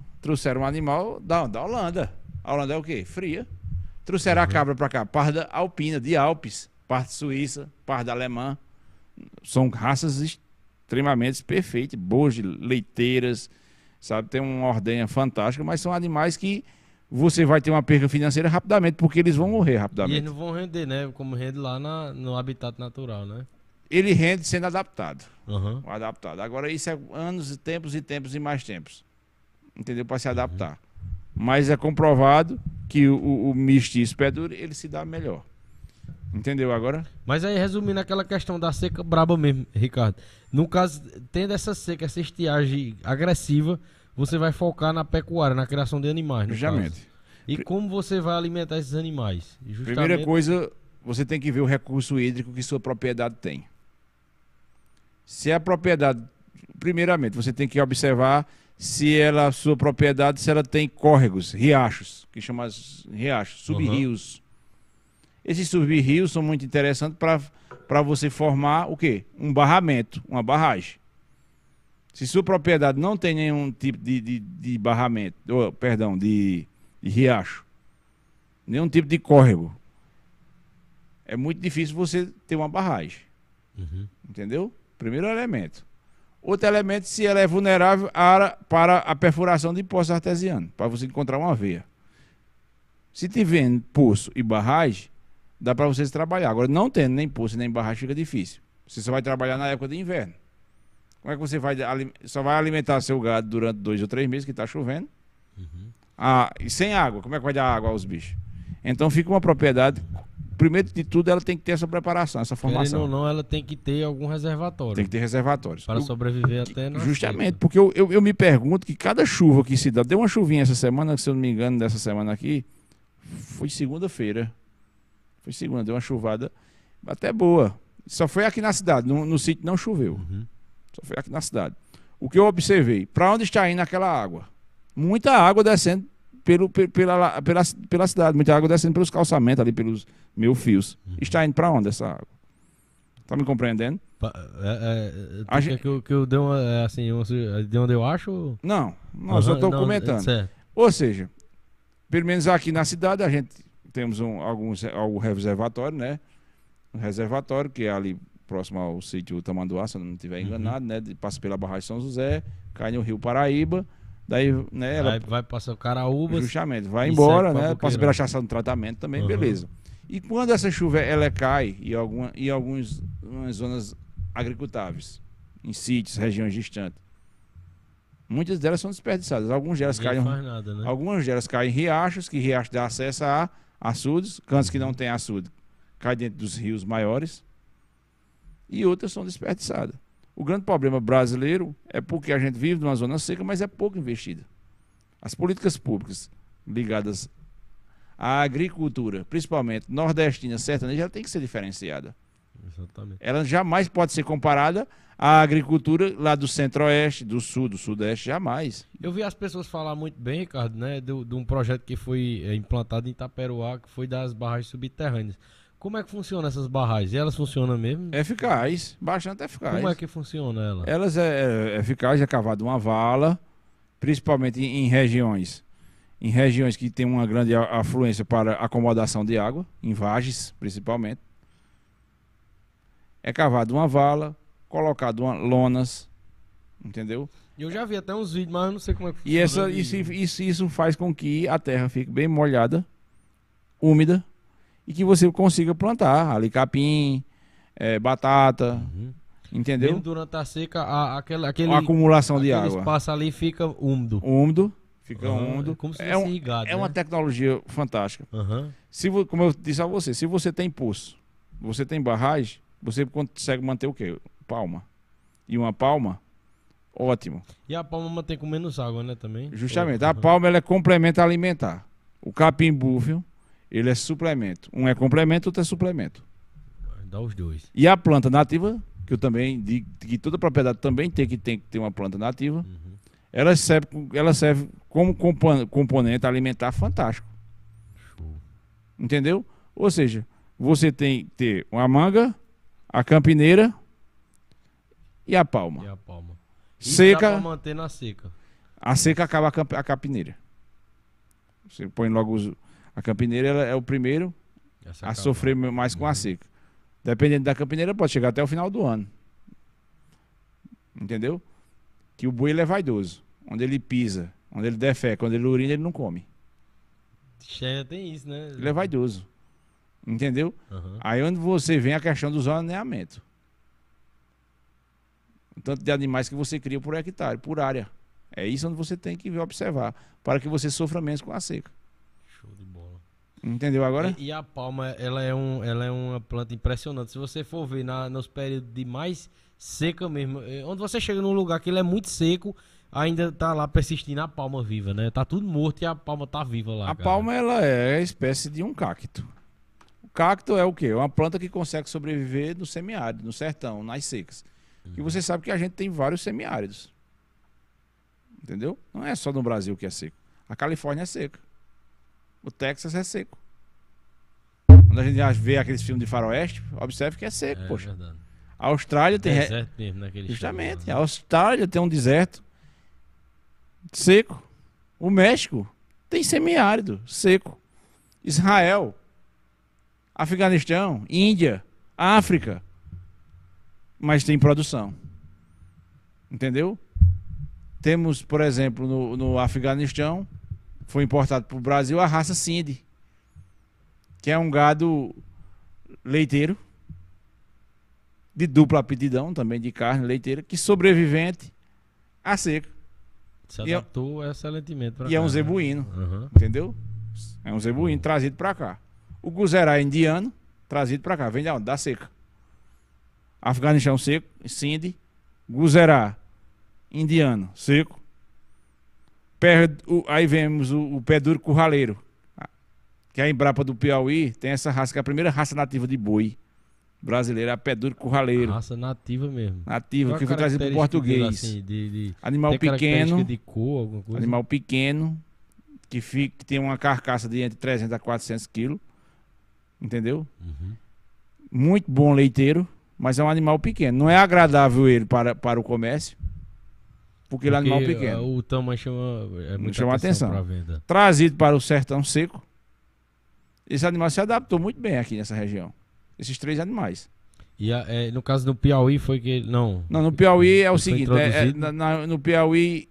S3: da Holanda. A Holanda é o quê? Fria. Trouxeram a cabra pra cá, parda alpina, de Alpes, parte suíça, parda alemã. São raças extremamente perfeitas, boas, leiteiras, sabe? Tem uma ordenha fantástica, mas são animais que você vai ter uma perca financeira rapidamente, porque eles vão morrer
S2: E
S3: rapidamente.
S2: eles não vão render, né? Como rende lá no habitat natural, né?
S3: Ele rende sendo adaptado.
S2: Uhum.
S3: Adaptado. Agora isso é anos, tempos e mais tempos. Entendeu? Para se adaptar. Mas é comprovado que o mestiço pé duro, ele se dá melhor. Entendeu agora?
S2: Mas aí, resumindo aquela questão da seca braba mesmo, Ricardo. No caso, tendo essa seca, essa estiagem agressiva, você vai focar na pecuária, na criação de animais, no
S3: Justamente.
S2: caso. E como você vai alimentar esses animais? Justamente...
S3: Primeira coisa, você tem que ver o recurso hídrico que sua propriedade tem. Se a propriedade... Primeiramente, você tem que observar se sua propriedade, se ela tem córregos, riachos, que chama riachos, sub-rios. Esses sub-rios são muito interessantes para você formar o quê? Um barramento, uma barragem. Se sua propriedade não tem nenhum tipo de barramento, de riacho, nenhum tipo de córrego, é muito difícil você ter uma barragem. Entendeu? Primeiro elemento. Outro elemento, se ela é vulnerável para a perfuração de poços artesianos, para você encontrar uma veia. Se tiver poço e barragem, dá para vocês trabalhar. Agora, não tendo nem poço nem barragem, fica difícil. Você só vai trabalhar na época de inverno. Como é que você só vai alimentar seu gado durante 2 ou 3 meses que está chovendo? E sem água, como é que vai dar água aos bichos? Então fica uma propriedade, primeiro de tudo, ela tem que ter essa preparação, essa formação.
S2: Querendo ou não, ela tem que ter algum reservatório.
S3: Tem que ter reservatórios.
S2: Para sobreviver até na
S3: Justamente,
S2: seca.
S3: porque eu me pergunto que cada chuva que se dá, deu uma chuvinha essa semana, se eu não me engano, dessa semana aqui, foi segunda-feira. Foi segunda, deu uma chuvada até boa. Só foi aqui na cidade, no sítio não choveu. Só foi aqui na cidade. O que eu observei, para onde está indo aquela água? Muita água descendo pela cidade, muita água descendo pelos calçamentos ali, pelos meus fios. Está indo para onde essa água? Tá me compreendendo?
S2: Que eu dei uma, assim, de onde eu acho?
S3: Não, só estou comentando.
S2: Certo.
S3: Ou seja, pelo menos aqui na cidade a gente temos algum reservatório, né? Um reservatório que é ali próximo ao sítio Tamanduá, se eu não estiver enganado, né? Passa pela barragem São José, cai no Rio Paraíba, daí, né? Ela
S2: Vai passar o Caraúba.
S3: justamente, vai embora, né?
S2: Boqueirão.
S3: Passa pela estação de tratamento também, beleza. E quando essa chuva ela cai em algumas zonas agricultáveis, em sítios, regiões distantes, muitas delas são desperdiçadas. Algumas delas caem,
S2: Faz nada, né?
S3: algumas delas caem em riachos, que riachos dá acesso a açudes, cantos que não tem açude cai dentro dos rios maiores, e outras são desperdiçadas. O grande problema brasileiro é porque a gente vive numa zona seca, mas é pouco investida. As políticas públicas ligadas à agricultura, principalmente nordestina, sertaneja, ela tem que ser diferenciada.
S2: Exatamente.
S3: Ela jamais pode ser comparada à agricultura lá do centro-oeste, do sul, do sudeste, jamais.
S2: Eu vi as pessoas falar muito bem, Ricardo, né, de um projeto que foi implantado em Itaperuá, que foi das barragens subterrâneas. Como é que funcionam essas barragens? Elas funcionam mesmo?
S3: Eficaz, bastante eficaz.
S2: Como é que funciona ela?
S3: Elas é eficaz, é cavado uma vala, principalmente em regiões que tem uma grande afluência para acomodação de água, em vargens principalmente. É cavado uma vala, colocado lonas, Entendeu?
S2: Eu já vi até uns vídeos, mas eu não sei como é que
S3: E isso faz com que a terra fique bem molhada, úmida, e que você consiga plantar ali capim, batata,
S2: Uhum.
S3: entendeu?
S2: Mesmo durante a seca, aquele
S3: Uma acumulação de
S2: aquele
S3: água.
S2: espaço ali fica úmido.
S3: Úmido, fica
S2: Aham,
S3: úmido.
S2: é como se
S3: É,
S2: fosse irrigado,
S3: é uma
S2: né?
S3: tecnologia fantástica.
S2: Aham.
S3: Como eu disse a você, se você tem poço, você tem barragem, você consegue manter o quê? Palma. E uma palma, ótimo.
S2: E a palma mantém com menos água, né, também?
S3: Justamente.
S2: Aham.
S3: A palma ela é complemento alimentar. O capim búfio, ele é suplemento. Um é complemento, outro é suplemento.
S2: Dá os dois.
S3: E a planta nativa, que eu também digo que toda propriedade também tem que ter uma planta nativa,
S2: Uhum.
S3: ela serve como componente alimentar fantástico.
S2: Show.
S3: Entendeu? Ou seja, você tem que ter uma manga, a campineira e a palma.
S2: E a palma. E
S3: Seca.
S2: dá pra manter na seca.
S3: A seca acaba a campineira. Você põe logo a campineira, ela é o primeiro
S2: Essa
S3: a
S2: acaba.
S3: sofrer mais com a seca. Dependendo da campineira, pode chegar até o final do ano. Entendeu? Que o boi ele é vaidoso. Onde ele pisa, onde ele defeca, onde ele urina, ele não come.
S2: Cheia tem isso, né?
S3: Ele é vaidoso. Entendeu?
S2: Aham.
S3: Aí onde você vem a questão do zoneamento. O tanto de animais que você cria por hectare, por área. É isso onde você tem que observar. Para que você sofra menos com a seca.
S2: Show de bola.
S3: Entendeu agora?
S2: E a palma, ela é uma planta impressionante. Se você for ver nos períodos de mais seca mesmo, onde você chega num lugar que ele é muito seco, ainda tá lá persistindo a palma viva, né? Tá tudo morto e a palma tá viva lá,
S3: A
S2: cara.
S3: palma ela é a espécie de um cacto. O cacto é o quê? É uma planta que consegue sobreviver no semiárido, no sertão, nas secas. E você sabe que a gente tem vários semiáridos. Entendeu? Não é só no Brasil que é seco. A Califórnia é seca. O Texas é seco. Quando a gente já vê aqueles filmes de faroeste, observe que é seco,
S2: É
S3: poxa.
S2: verdade.
S3: A Austrália tem...
S2: Deserto mesmo, naquele
S3: Justamente.
S2: estado
S3: A
S2: lá, né?
S3: Austrália tem um deserto seco. O México tem semiárido seco. Israel, Afeganistão, Índia, África. Mas tem produção. Entendeu? Temos, por exemplo, no Afeganistão, foi importado para o Brasil a raça Sindhi, que é um gado leiteiro, de dupla aptidão, também de carne leiteira, que sobrevivente à seca.
S2: Se
S3: E é-
S2: adaptou excelentemente pra
S3: E é
S2: cá,
S3: um
S2: né?
S3: zebuíno,
S2: Aham.
S3: entendeu? É um zebuíno trazido para cá. O guzerá indiano, trazido para cá. Vem de onde? Da seca. Afeganistão seco, Sindhi. Guzerá indiano, seco. Aí vemos o pé duro curraleiro, que é a Embrapa do Piauí, tem essa raça, que é a primeira raça nativa de boi brasileira, é a pé duro curraleiro.
S2: Raça nativa mesmo.
S3: Nativa,
S2: Qual a
S3: que foi trazido por
S2: característica dele,
S3: português.
S2: assim,
S3: Animal
S2: tem característica
S3: pequeno,
S2: de cor, alguma coisa?
S3: animal pequeno, que tem uma carcaça de entre 300 a 400 quilos, entendeu?
S2: Uhum.
S3: Muito bom leiteiro, mas é um animal pequeno. Não é agradável ele para o comércio, porque ele é um animal
S2: Porque,
S3: pequeno.
S2: o tamanho muita
S3: chama atenção.
S2: pra venda.
S3: Trazido para o sertão seco, esse animal se adaptou muito bem aqui nessa região. Esses três animais.
S2: E no caso do Piauí foi que ele... Não.
S3: Não, no Piauí é o
S2: Ele foi
S3: seguinte,
S2: introduzido?
S3: no Piauí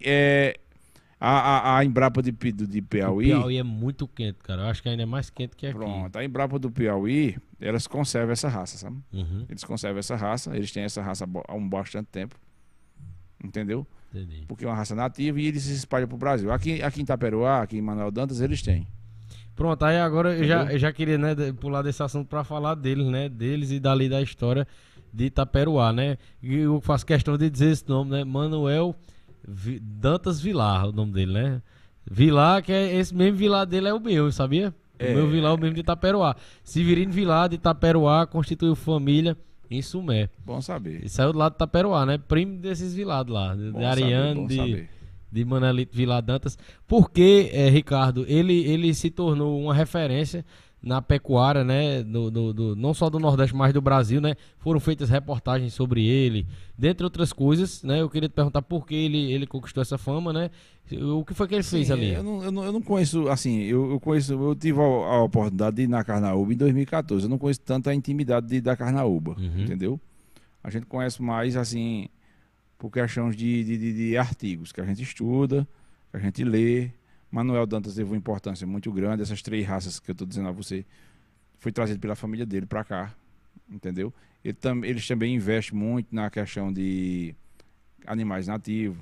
S3: a Embrapa de
S2: O
S3: Piauí,
S2: Piauí é muito quente, cara. Eu acho que ainda é mais quente que aqui.
S3: pronto, a Embrapa do Piauí, elas conservam essa raça, sabe?
S2: Uhum,
S3: Eles conservam essa raça, eles têm essa raça há um bastante tempo, entendeu?
S2: entendi.
S3: Porque é uma raça nativa e eles se espalham pro Brasil. Aqui em Itaperuá, aqui em Manuel Dantas, eles têm.
S2: Pronto, aí agora
S3: Entendeu?
S2: eu já queria, né, pular desse assunto pra falar deles, né? Deles e dali da história de Itaperuá, né? E eu faço questão de dizer esse nome, né? Manuel Dantas Vilar, o nome dele, né? Vilar, que é esse mesmo Vilar dele é o meu, sabia? O meu Vilar é o mesmo de Itaperuá. Severino Vilar de Itaperuá constituiu família em Sumé.
S3: Bom saber.
S2: E saiu do lado de Itaperuá, né? Primo desses Vilados lá, de
S3: Bom
S2: Ariano,
S3: saber, bom saber.
S2: de Manelito Vilar Dantas, porque, Ricardo, ele se tornou uma referência na pecuária, né, não só do Nordeste, mas do Brasil, né, foram feitas reportagens sobre ele, dentre outras coisas, né, eu queria te perguntar por que ele conquistou essa fama, né, o que foi que ele fez
S3: Sim,
S2: ali?
S3: eu não conheço, assim, eu tive a oportunidade de ir na Carnaúba em 2014, eu não conheço tanto a intimidade da Carnaúba,
S2: Uhum.
S3: entendeu? A gente conhece mais, assim, por questões de artigos que a gente estuda, que a gente lê. Manuel Dantas teve uma importância muito grande. Essas 3 raças que eu estou dizendo a você foi trazido pela família dele para cá, entendeu? Eles também investem muito na questão de animais nativos,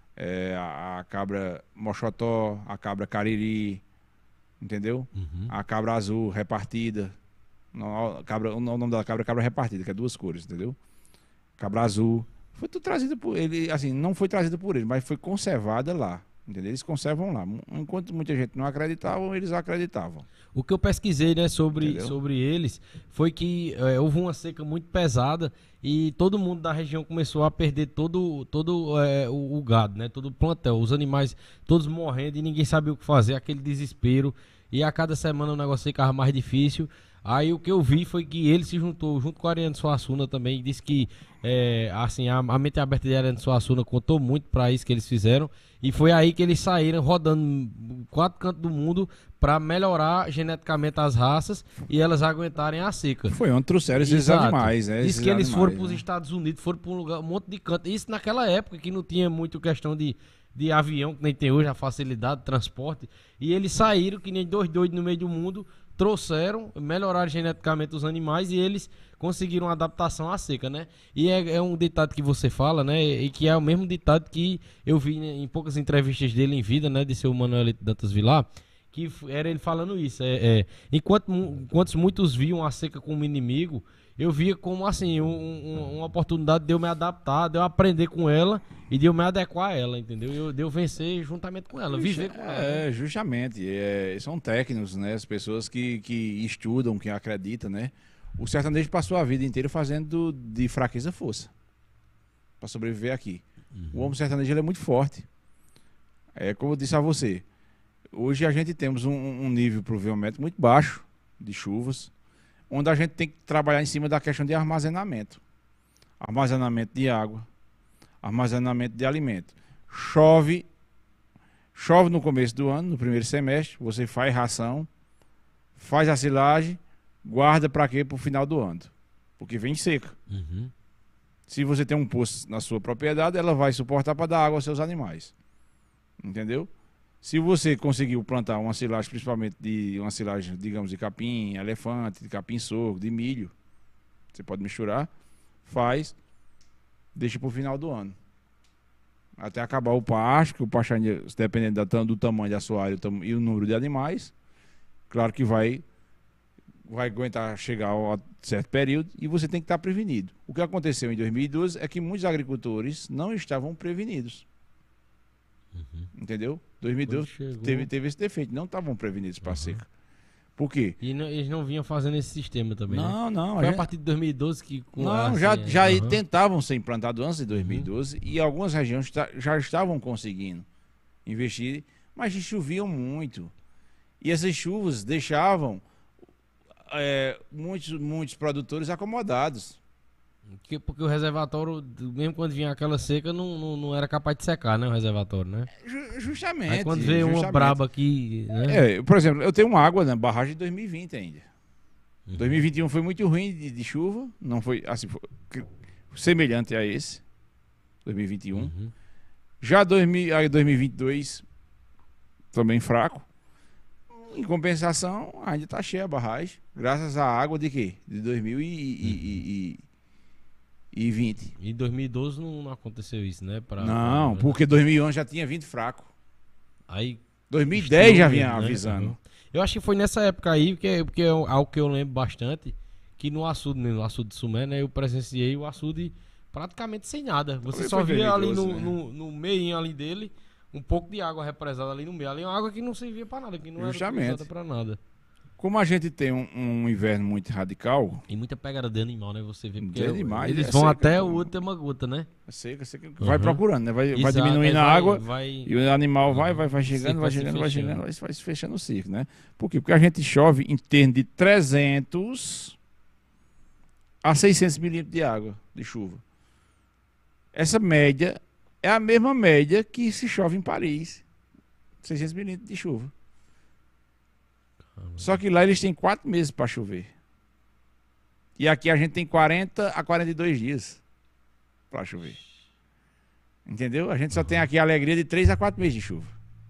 S3: a cabra mochotó, a cariri, entendeu? A cabra azul repartida. O nome da cabra é cabra repartida, que é 2 cores, entendeu? Cabra azul. Foi tudo trazido por ele, assim, não foi trazida por ele, mas foi conservada lá, entendeu? Eles conservam lá. Enquanto muita gente não acreditava, eles acreditavam.
S2: O que eu pesquisei, né, sobre eles foi que houve uma seca muito pesada e todo mundo da região começou a perder todo o gado, né, todo o plantel, os animais todos morrendo e ninguém sabia o que fazer, aquele desespero. E a cada semana o negócio ficava mais difícil. Aí o que eu vi foi que ele se juntou junto com a Ariane Suassuna também, e disse que assim, a mente aberta de Ariane Suassuna contou muito para isso que eles fizeram, e foi aí que eles saíram rodando 4 cantos do mundo para melhorar geneticamente as raças e elas aguentarem a seca.
S3: Foi onde trouxeram esses animais, né?
S2: Diz que eles foram para os Estados Unidos, foram para um monte de canto. Isso naquela época que não tinha muito questão de avião, que nem tem hoje, a facilidade de transporte. E eles saíram, que nem 2 doidos no meio do mundo, trouxeram, melhoraram geneticamente os animais e eles conseguiram uma adaptação à seca, né? E é um ditado que você fala, né? E que é o mesmo ditado que eu vi, né, em poucas entrevistas dele em vida, né? De seu Manuelito Dantas Vilar, que era ele falando isso. Enquanto muitos viam a seca como inimigo, eu via como, assim, uma oportunidade de eu me adaptar, de eu aprender com ela e de eu me adequar a ela, entendeu? De eu vencer juntamente com ela, viver com ela.
S3: Justamente. São técnicos, né? As pessoas que estudam, que acreditam, né? O sertanejo passou a vida inteira fazendo de fraqueza força para sobreviver aqui. O homem sertanejo ele é muito forte. Como eu disse a você, hoje a gente temos um nível pluviométrico muito baixo de chuvas, onde a gente tem que trabalhar em cima da questão de armazenamento. Armazenamento de água, armazenamento de alimento. Chove no começo do ano, no primeiro semestre, você faz ração, faz a silagem, guarda para quê? Para o final do ano. Porque vem seca. Se você tem um poço na sua propriedade, ela vai suportar para dar água aos seus animais. Entendeu? Se você conseguiu plantar uma silagem, principalmente uma silagem, digamos, de capim, elefante, de capim sorgo, de milho, você pode misturar, deixa para o final do ano. Até acabar o pasto, que o pasto, dependendo do tamanho da sua área e o número de animais, claro que vai aguentar chegar a certo período e você tem que estar prevenido. O que aconteceu em 2012 é que muitos agricultores não estavam prevenidos. Entendeu? 2012 teve esse defeito, não estavam prevenidos para a seca. Por quê?
S2: E eles não vinham fazendo esse sistema também,
S3: não,
S2: né?
S3: Não.
S2: Foi a partir de 2012 que...
S3: Já tentavam ser implantados antes de 2012 e algumas regiões já estavam conseguindo investir, mas choviam muito. E essas chuvas deixavam muitos produtores acomodados.
S2: Porque o reservatório, mesmo quando vinha aquela seca, não era capaz de secar, né? O reservatório, né?
S3: Justamente.
S2: Aí quando veio uma braba aqui, né?
S3: Por exemplo, eu tenho uma água na barragem de 2020 ainda. 2021 foi muito ruim de chuva, não foi assim, foi semelhante a esse 2021. Já 2022 também fraco. Em compensação, ainda está cheia a barragem, graças à água de quê? De 2020.
S2: E em 2012 não aconteceu isso, né?
S3: Porque 2011 já tinha vindo fraco.
S2: Aí
S3: 2010 já vinha avisando.
S2: Eu acho que foi nessa época aí, porque é algo que eu lembro bastante, que no açude de Sumé, né? Eu presenciei o açude praticamente sem nada. Você só via 2012, ali no meio ali dele, um pouco de água represada ali no meio. Ali é uma água que não servia para nada, que não era utilizada para nada.
S3: Como a gente tem um inverno muito radical...
S2: E muita pegada de animal, né? Você vê, porque
S3: demais,
S2: eles vão seca, até o última gota, né?
S3: É seca. Vai procurando, né? Vai diminuindo a água e o animal vai chegando, vai se fechando o ciclo, né? Por quê? Porque a gente chove em termos de 300 a 600 milímetros de água, de chuva. Essa média é a mesma média que se chove em Paris. 600 milímetros de chuva. Só que lá eles têm 4 meses para chover. E aqui a gente tem 40 a 42 dias para chover. Entendeu? A gente só tem aqui a alegria de 3 a 4 meses de chuva.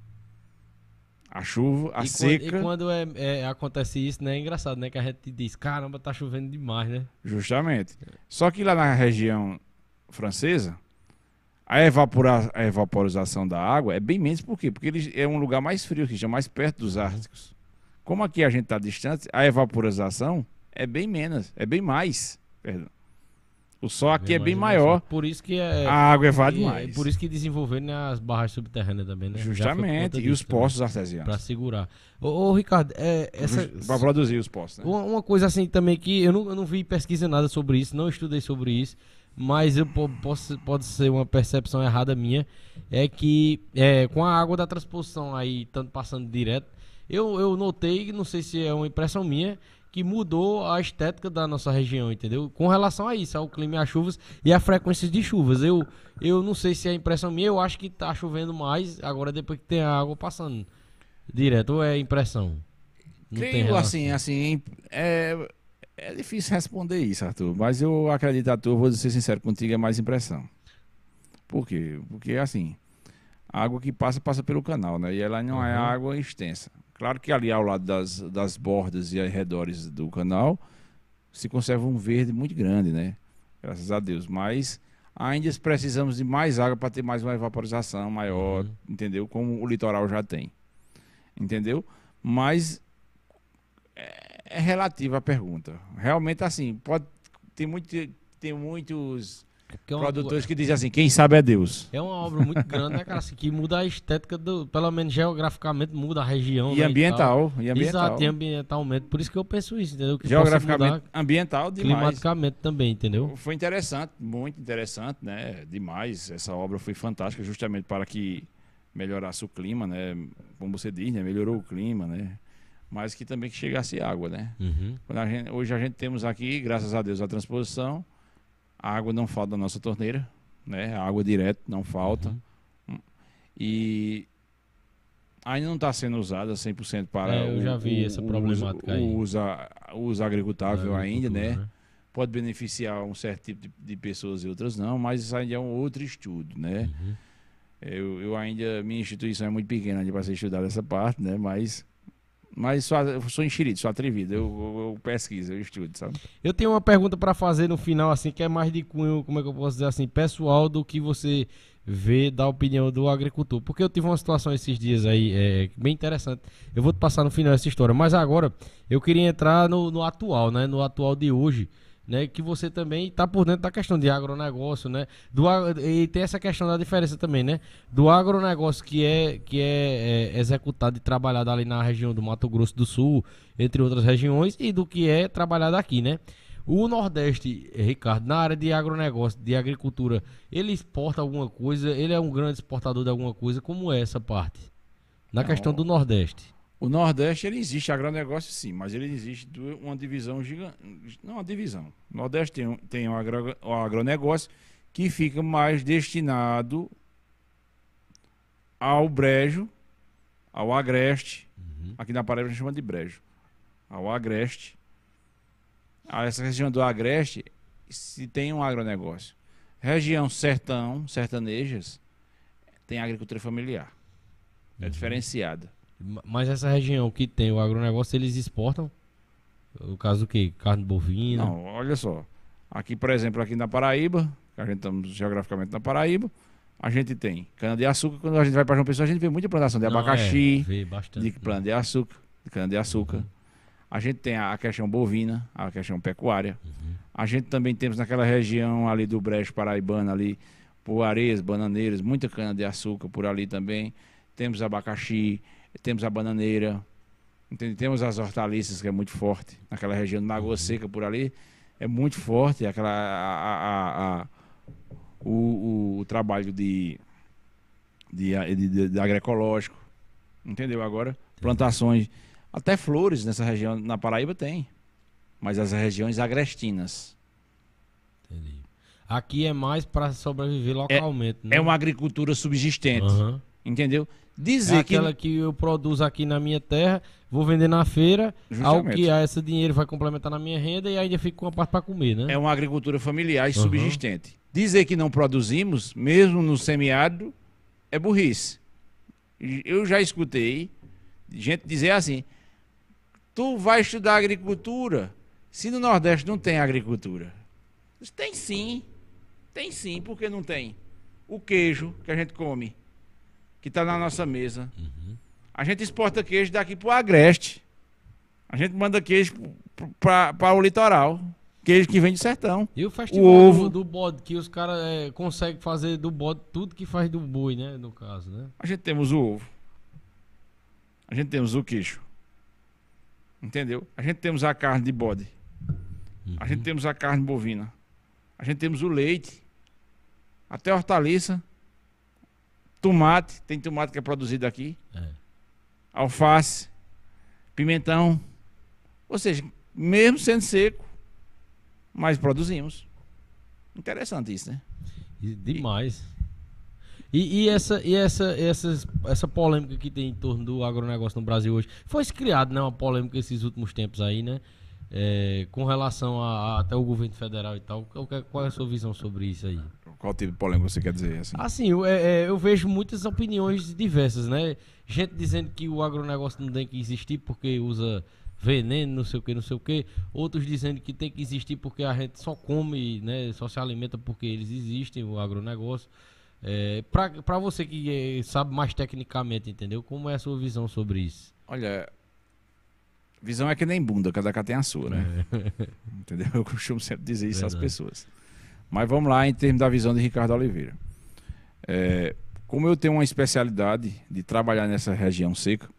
S3: A chuva, a seca.
S2: E quando acontece isso, né? É engraçado, né? Que a gente diz, caramba, tá chovendo demais, né?
S3: Justamente. Só que lá na região francesa, a evaporização da água é bem menos. Por quê? Porque ele é um lugar mais frio, que já mais perto dos árticos. Como aqui a gente está distante, a evaporização é bem menos, é bem mais. Perdão. O sol aqui é bem maior.
S2: Por isso que
S3: a água evade mais.
S2: Por isso que desenvolveram, né, as barragens subterrâneas também, né?
S3: Justamente. E os poços artesianos.
S2: Para segurar. Ô, Ricardo,
S3: para produzir os poços, né?
S2: Uma coisa assim também que eu não vi pesquisa nada sobre isso, não estudei sobre isso, mas pode ser uma percepção errada minha, é que com a água da transposição aí, tanto passando direto, eu notei, não sei se é uma impressão minha, que mudou a estética da nossa região, entendeu? Com relação a isso, ao clima e às chuvas e a frequência de chuvas. Eu não sei se é impressão minha, eu acho que tá chovendo mais agora depois que tem a água passando direto, ou é impressão? Não tem
S3: Creio
S2: relação.
S3: assim, é difícil responder isso, Arthur, mas eu acredito, Arthur, vou ser sincero contigo, é mais impressão. Por quê? Porque assim, a água que passa pelo canal, né? E ela não é água extensa. Claro que ali ao lado das bordas e arredores do canal se conserva um verde muito grande, né? Graças a Deus. Mas ainda precisamos de mais água para ter mais uma evaporização maior, entendeu? Como o litoral já tem. Entendeu? Mas é relativa a pergunta. Realmente, assim, tem muitos produtores que dizem assim, quem sabe é Deus.
S2: É uma obra muito grande, né, cara? Assim, que muda a estética, pelo menos geograficamente, muda a região.
S3: E
S2: né,
S3: ambiental.
S2: Exato, e ambientalmente. Por isso que eu penso isso, entendeu? Que
S3: geograficamente, ambiental, demais.
S2: Climaticamente também, entendeu?
S3: Foi interessante, muito interessante, né? Demais. Essa obra foi fantástica, justamente para que melhorasse o clima, né? Como você diz, né? Melhorou o clima, né? Mas que também chegasse água, né? Hoje a gente temos aqui, graças a Deus, a transposição. A água não falta da nossa torneira, né? A água direto não falta. E ainda não está sendo usada 100% para
S2: eu já vi essa problemática aí.
S3: O uso agricultável ainda, né? Pode beneficiar um certo tipo de pessoas e outras não, mas isso ainda é um outro estudo, né? Eu ainda, minha instituição é muito pequena para ser estudada essa parte, né? Mas eu sou enxerido, sou atrevido, eu pesquiso, eu estudo, sabe?
S2: Eu tenho uma pergunta para fazer no final, assim, que é mais de cunho, como é que eu posso dizer assim, pessoal, do que você vê da opinião do agricultor. Porque eu tive uma situação esses dias aí, bem interessante. Eu vou te passar no final essa história, mas agora eu queria entrar no atual, né? No atual de hoje, né, que você também está por dentro da questão de agronegócio, né? E tem essa questão da diferença também, né? Do agronegócio que é executado e trabalhado ali na região do Mato Grosso do Sul, entre outras regiões, e do que é trabalhado aqui, né? O Nordeste, Ricardo, na área de agronegócio, de agricultura, ele exporta alguma coisa? Ele é um grande exportador de alguma coisa? Como é essa parte? Na questão do Nordeste.
S3: O Nordeste, ele existe agronegócio sim, mas ele existe uma divisão gigante. Não uma divisão. O Nordeste tem o agronegócio que fica mais destinado ao brejo, ao agreste. Aqui na Paraíba a gente chama de brejo. Ao agreste. Essa região do agreste se tem um agronegócio. Região sertão, sertanejas, tem agricultura familiar. É diferenciada.
S2: Mas essa região que tem o agronegócio, eles exportam? O caso do quê? Carne bovina?
S3: Não, olha só. Aqui, por exemplo, aqui na Paraíba, que a gente estamos geograficamente na Paraíba, a gente tem cana-de-açúcar. Quando a gente vai para João Pessoa, a gente vê muita plantação de abacaxi,
S2: vê bastante,
S3: de cana-de-açúcar. A gente tem a questão bovina, a questão pecuária. A gente também temos naquela região ali do Brejo Paraibano, ali, Poarez, Bananeiras, muita cana-de-açúcar por ali também. Temos abacaxi, temos a bananeira, entende? Temos as hortaliças, que é muito forte. Naquela região da Lagoa Seca por ali, é muito forte o trabalho de agroecológico. Entendeu agora? Plantações, até flores nessa região, na Paraíba tem. Mas as regiões agrestinas.
S2: Entendi. Aqui é mais para sobreviver localmente, né?
S3: É uma agricultura subsistente. Entendeu? Dizer
S2: é aquela que eu produzo aqui na minha terra, vou vender na feira, ao que esse dinheiro vai complementar na minha renda e ainda fico com uma parte para comer, né?
S3: É uma agricultura familiar e subsistente. Dizer que não produzimos, mesmo no semiárido, é burrice. Eu já escutei gente dizer assim: tu vai estudar agricultura, se no Nordeste não tem agricultura. Tem sim, por que não tem? O queijo que a gente come, que está na nossa mesa. A gente exporta queijo daqui para o Agreste. A gente manda queijo para o litoral. Queijo que vem do sertão.
S2: E o festival
S3: ovo
S2: do bode, que os caras conseguem fazer do bode tudo que faz do boi, né? No caso, né?
S3: A gente temos o ovo. A gente temos o queijo. Entendeu? A gente temos a carne de bode. A gente temos a carne bovina. A gente temos o leite. Até hortaliça. Tomate. Tem tomate que é produzido aqui. Alface. Pimentão. Ou seja, mesmo sendo seco, mas produzimos. Interessante isso, né?
S2: Demais. E essa polêmica que tem em torno do agronegócio no Brasil hoje, foi se criado, né, uma polêmica esses últimos tempos aí, né? Com relação até o governo federal e tal. Qual é a sua visão sobre isso aí?
S3: Qual tipo de polêmica você quer dizer?
S2: Assim, eu vejo muitas opiniões diversas, né? Gente dizendo que o agronegócio não tem que existir porque usa veneno, não sei o que. Outros dizendo que tem que existir porque a gente só come, né? Só se alimenta porque eles existem, o agronegócio. Pra você que sabe mais tecnicamente, entendeu? Como é a sua visão sobre isso?
S3: Olha, visão é que nem bunda, cada cá tem a sua, né? Entendeu? Eu costumo sempre dizer isso às pessoas. Mas vamos lá em termos da visão de Ricardo Oliveira. Como eu tenho uma especialidade de trabalhar nessa região seca,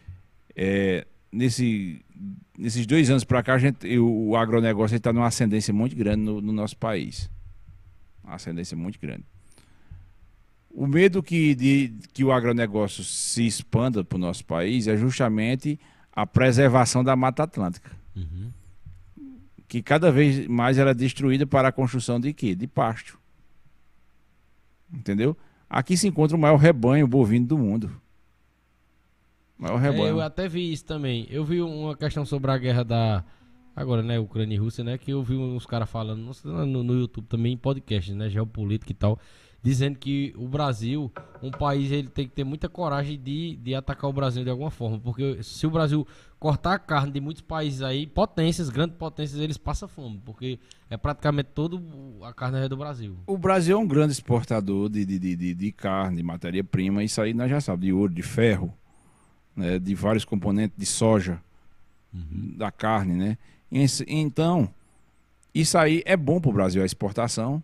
S3: nesses 2 anos para cá, o agronegócio está numa ascendência muito grande no nosso país. Uma ascendência muito grande. O medo que o agronegócio se expanda para o nosso país é justamente a preservação da Mata Atlântica. Que cada vez mais ela é destruída para a construção de quê? De pasto. Entendeu? Aqui se encontra o maior rebanho bovino do mundo. Maior rebanho.
S2: Eu até vi isso também. Eu vi uma questão sobre a guerra agora, né, Ucrânia e Rússia, né, que eu vi uns caras falando no YouTube também, em podcast, né, geopolítica e tal, dizendo que o Brasil, um país, ele tem que ter muita coragem de atacar o Brasil de alguma forma, porque se o Brasil cortar a carne de muitos países aí, potências, grandes potências, eles passam fome, porque é praticamente toda a carne do Brasil.
S3: O Brasil é um grande exportador de carne, de matéria-prima, isso aí nós já sabemos, de ouro, de ferro, né, de vários componentes, de soja, da carne, né? Então, isso aí é bom para o Brasil, a exportação,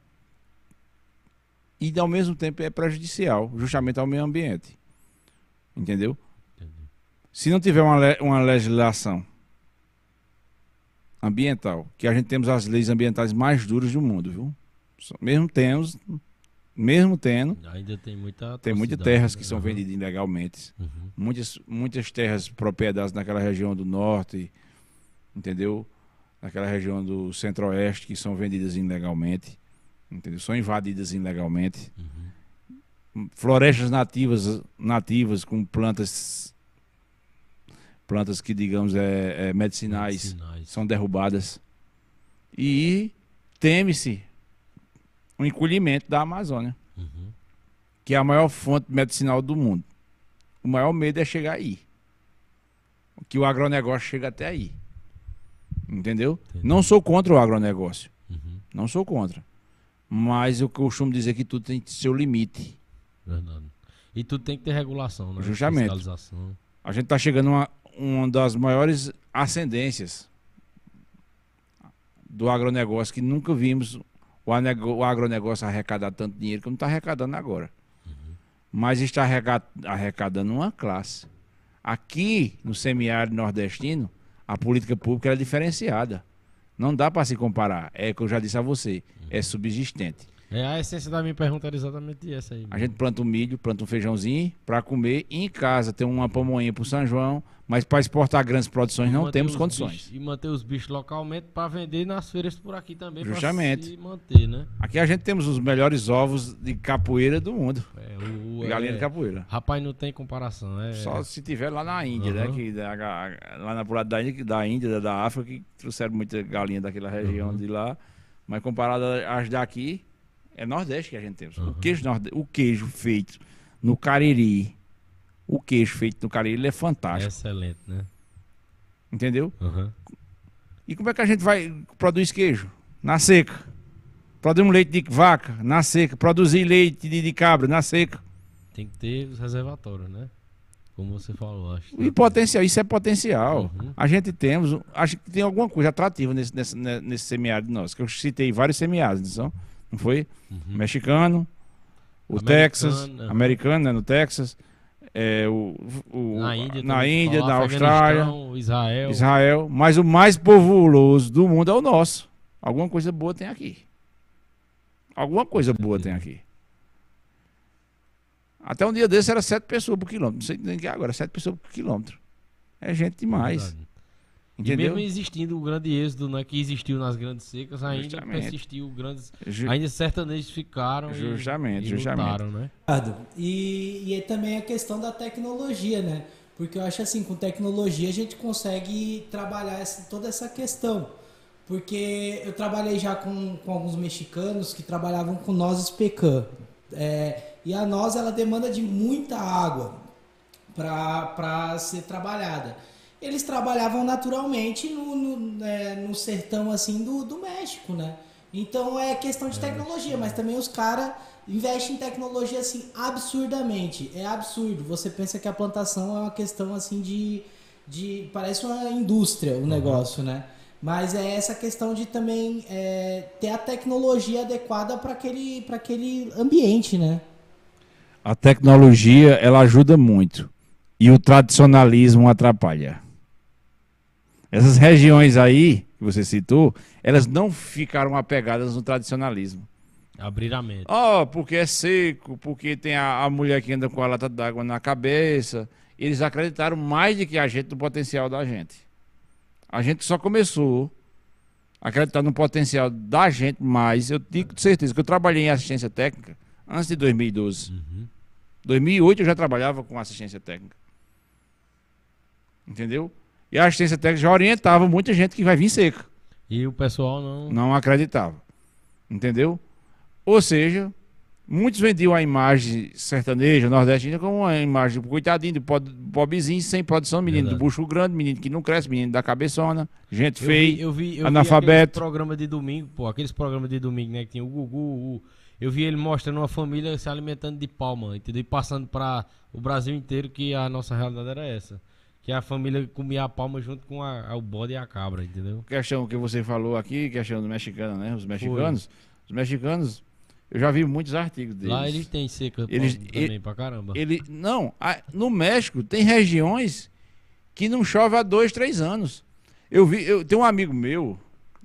S3: e ao mesmo tempo é prejudicial, justamente ao meio ambiente. Entendeu? Entendi. Se não tiver uma legislação ambiental, que a gente temos as leis ambientais mais duras do mundo, viu? Mesmo tendo,
S2: ainda tem muitas
S3: terras que são vendidas ilegalmente. Muitas terras propriedades naquela região do norte, entendeu? Naquela região do centro-oeste que são vendidas ilegalmente. Entendeu? São invadidas ilegalmente. Florestas nativas com plantas que, digamos, medicinais são derrubadas. E teme-se o encolhimento da Amazônia, que é a maior fonte medicinal do mundo. O maior medo é chegar aí. Que o agronegócio chega até aí. Entendeu? Não sou contra o agronegócio. Não sou contra. Mas eu costumo dizer que tudo tem seu limite.
S2: Verdade. E tudo tem que ter regulação, né?
S3: Justamente. A gente está chegando a uma das maiores ascendências do agronegócio, que nunca vimos o agronegócio arrecadar tanto dinheiro como está arrecadando agora. Mas está arrecadando uma classe. Aqui, no semiárido nordestino, a política pública é diferenciada. Não dá para se comparar. É o que eu já disse a você. É subsistente.
S2: A essência da minha pergunta era exatamente essa aí.
S3: A gente planta um milho, planta um feijãozinho para comer e em casa tem uma pamonha para o São João, mas para exportar grandes produções não temos condições.
S2: E manter os bichos localmente para vender nas feiras por aqui também.
S3: Justamente.
S2: Para se manter, né?
S3: Aqui a gente temos os melhores ovos de capoeira do mundo. Galinha de capoeira.
S2: Rapaz, não tem comparação.
S3: Só se tiver lá na Índia, né? Que, lá pro lado da Índia, da África, que trouxeram muita galinha daquela região de lá. Mas comparado às daqui, É Nordeste que a gente tem.
S2: Uhum.
S3: O queijo feito no Cariri, ele é fantástico.
S2: Excelente, né?
S3: Entendeu?
S2: Uhum.
S3: E como é que a gente vai produzir queijo? Na seca. Produzir um leite de vaca? Na seca. Produzir leite de cabra? Na seca.
S2: Tem que ter os reservatórios, né? Como você falou, acho.
S3: E potencial, isso é potencial.
S2: Uhum.
S3: A gente temos, acho que tem alguma coisa atrativa nesse semiárido nosso, que eu citei vários semiáridos, não foi?
S2: Uhum.
S3: Mexicano, o
S2: Americano,
S3: Texas,
S2: uhum.
S3: americano, né, no Texas,
S2: Na Índia,
S3: na Austrália,
S2: Israel.
S3: Israel, mas o mais populoso do mundo é o nosso. Alguma coisa boa tem aqui. Alguma coisa boa tem aqui. Até um dia desse era 7 pessoas por quilômetro. Não sei nem que é agora, 7 pessoas por quilômetro. É gente demais.
S2: Verdade.
S3: Entendeu?
S2: E mesmo existindo o grande êxodo, né, que existiu nas grandes secas, ainda
S3: Justamente.
S2: persistiu grandes. Ainda sertanejos ficaram
S3: Justamente,
S2: e
S3: justamente.
S2: lutaram, né?
S4: E também a questão da tecnologia, né? Porque eu acho assim, com tecnologia a gente consegue trabalhar toda essa questão. Porque eu trabalhei já com alguns mexicanos que trabalhavam com nozes pecan. E a noz, ela demanda de muita água para ser trabalhada. Eles trabalhavam naturalmente no sertão assim do México, né? Então é questão de tecnologia, mas também os caras investem em tecnologia assim absurdamente. É absurdo. Você pensa que a plantação é uma questão assim de parece uma indústria o negócio, né? Mas é essa questão de também ter a tecnologia adequada para aquele ambiente, né?
S3: A tecnologia, ela ajuda muito. E o tradicionalismo atrapalha. Essas regiões aí, que você citou, elas não ficaram apegadas no tradicionalismo.
S2: Abrir a mente.
S3: Porque é seco, porque tem a mulher que anda com a lata d'água na cabeça. Eles acreditaram mais do que a gente no potencial da gente. A gente só começou a acreditar no potencial da gente mais. Eu digo com certeza que eu trabalhei em assistência técnica antes de 2012.
S2: Uhum.
S3: 2008 eu já trabalhava com assistência técnica. Entendeu? E a assistência técnica já orientava muita gente que vai vir seca.
S2: E o pessoal
S3: não acreditava. Entendeu? Ou seja, muitos vendiam a imagem sertaneja, nordestina, como uma imagem do coitadinho, do pobrezinho, sem produção, menino do bucho grande, menino que não cresce, menino da cabeçona, gente feia,
S2: eu vi
S3: analfabeto.
S2: Programa de domingo, aqueles programas de domingo, né, que tinha o Gugu, eu vi ele mostrando uma família se alimentando de palma, entendeu? E passando para o Brasil inteiro que a nossa realidade era essa. Que a família comia a palma junto com o bode e a cabra, entendeu?
S3: Questão que você falou aqui, questão do mexicano, né? Os mexicanos, eu já vi muitos artigos deles.
S2: Lá eles têm seca também pra caramba.
S3: No México tem regiões que não chove há 2, 3 anos. Eu tenho um amigo meu,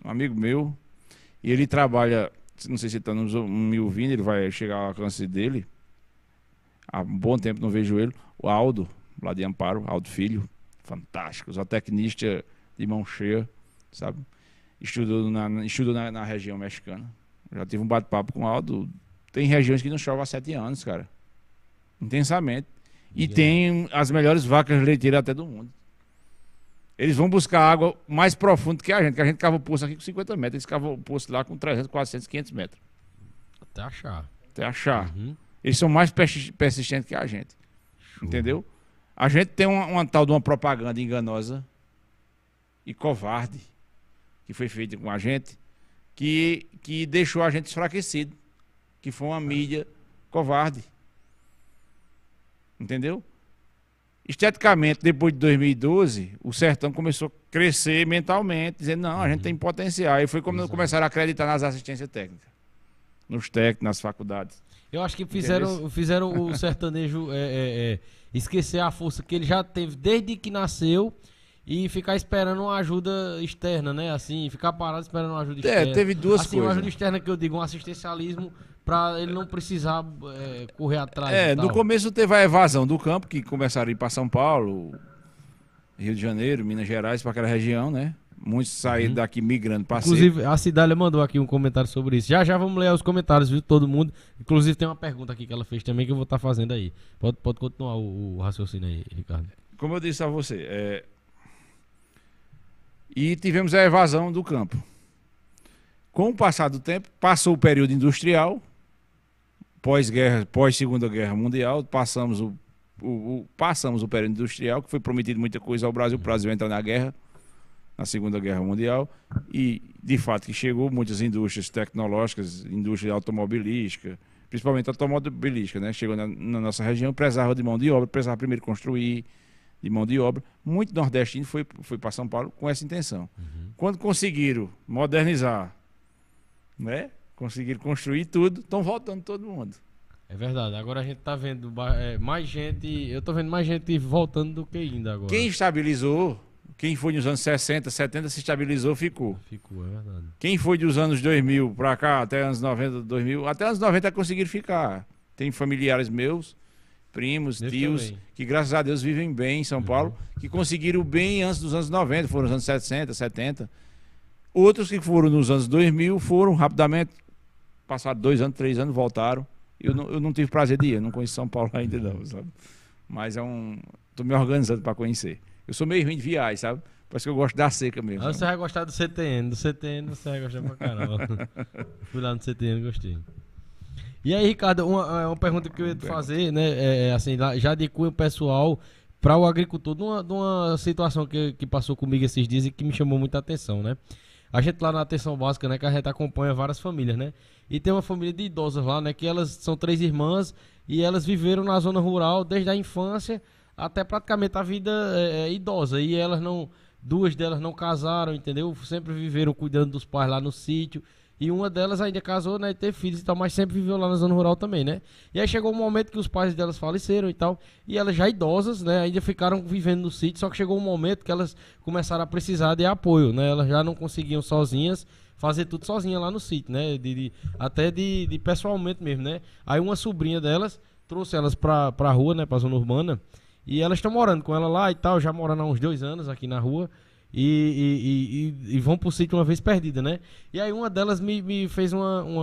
S3: e ele trabalha, não sei se ele está me ouvindo, ele vai chegar ao alcance dele. Há um bom tempo não vejo ele. O Aldo, lá de Amparo, Aldo Filho, fantástico, zootecnista de mão cheia, sabe? Estudou na região mexicana. Já tive um bate-papo com o Aldo. Tem regiões que não chove há 7 anos, cara. Intensamente. E tem as melhores vacas leiteiras até do mundo. Eles vão buscar água mais profundo que a gente cava o poço aqui com 50 metros. Eles cavam o poço lá com 300, 400, 500 metros.
S2: Até achar.
S3: Uhum. Eles são mais persistentes que a gente. Entendeu? A gente tem uma tal de uma propaganda enganosa e covarde que foi feita com a gente, que deixou a gente enfraquecido, que foi uma mídia covarde. Entendeu? Esteticamente, depois de 2012, o sertão começou a crescer mentalmente, dizendo, não, a gente tem potencial. E foi quando começaram a acreditar nas assistências técnicas, nos técnicos, nas faculdades.
S2: Eu acho que fizeram o sertanejo esquecer a força que ele já teve desde que nasceu e ficar esperando uma ajuda externa, né? Assim, ficar parado esperando uma ajuda externa.
S3: Teve duas coisas.
S2: Uma ajuda externa que eu digo, um assistencialismo para ele não precisar correr atrás.
S3: No começo teve a evasão do campo, que começaram a ir para São Paulo, Rio de Janeiro, Minas Gerais, para aquela região, né? Muitos saíram daqui migrando para
S2: Inclusive, a Cidália mandou aqui um comentário sobre isso. Já vamos ler os comentários, viu? Todo mundo. Inclusive, tem uma pergunta aqui que ela fez também que eu vou estar fazendo aí. Pode continuar o raciocínio aí, Ricardo.
S3: Como eu disse a você, e tivemos a evasão do campo. Com o passar do tempo, passou o período industrial, pós-guerra, pós-Segunda Guerra Mundial, passamos o período industrial, que foi prometido muita coisa ao Brasil. O Brasil entra na guerra, na Segunda Guerra Mundial, e de fato que chegou muitas indústrias tecnológicas, indústria automobilística, principalmente automobilística, né? Chegou na nossa região, precisava de mão de obra, precisava primeiro construir de mão de obra. Muito nordestino foi para São Paulo com essa intenção. Quando conseguiram modernizar, né? Conseguiram construir tudo, estão voltando todo mundo.
S2: É verdade, agora a gente tá vendo mais gente, eu tô vendo mais gente voltando do que indo agora.
S3: Quem estabilizou, quem foi nos anos 60, 70 se estabilizou, ficou.
S2: Ficou, é verdade.
S3: Quem foi dos anos 2000 para cá, até anos 90, 2000, até anos 90 conseguiram ficar. Tem familiares meus, primos, tios,
S2: também.
S3: que graças a Deus vivem bem em São Paulo, que conseguiram bem antes dos anos 90, foram nos anos 60, 70. Outros que foram nos anos 2000 foram rapidamente, passaram 2 anos, 3 anos, voltaram. Eu não tive prazer de ir, eu não conheço São Paulo ainda não, sabe? Mas tô me organizando para conhecer. Eu sou meio ruim de viagem, sabe? Parece que eu gosto da seca mesmo.
S2: Você vai gostar do CTN você vai gostar pra caramba. Fui lá no CTN, gostei. E aí, Ricardo, uma pergunta que eu ia te fazer, né? Assim, já de cunho pessoal para o agricultor, de uma situação que passou comigo esses dias e que me chamou muita atenção, né? A gente lá na Atenção Básica, né, que a gente acompanha várias famílias, né? E tem uma família de idosas lá, né, que elas são 3 irmãs e elas viveram na zona rural desde a infância até praticamente a vida idosa. E elas não, 2 delas não casaram, entendeu? Sempre viveram cuidando dos pais lá no sítio. E uma delas ainda casou, né, e teve filhos e tal, mas sempre viveu lá na zona rural também, né? E aí chegou um momento que os pais delas faleceram e tal, e elas já idosas, né, ainda ficaram vivendo no sítio, só que chegou um momento que elas começaram a precisar de apoio, né? Elas já não conseguiam sozinhas fazer tudo sozinha lá no sítio, né? Até de pessoalmente mesmo, né? Aí uma sobrinha delas trouxe elas pra rua, né, pra zona urbana, e elas estão morando com ela lá e tal, já morando há uns 2 anos aqui na rua. E vão pro sítio uma vez perdida, né? E aí uma delas me fez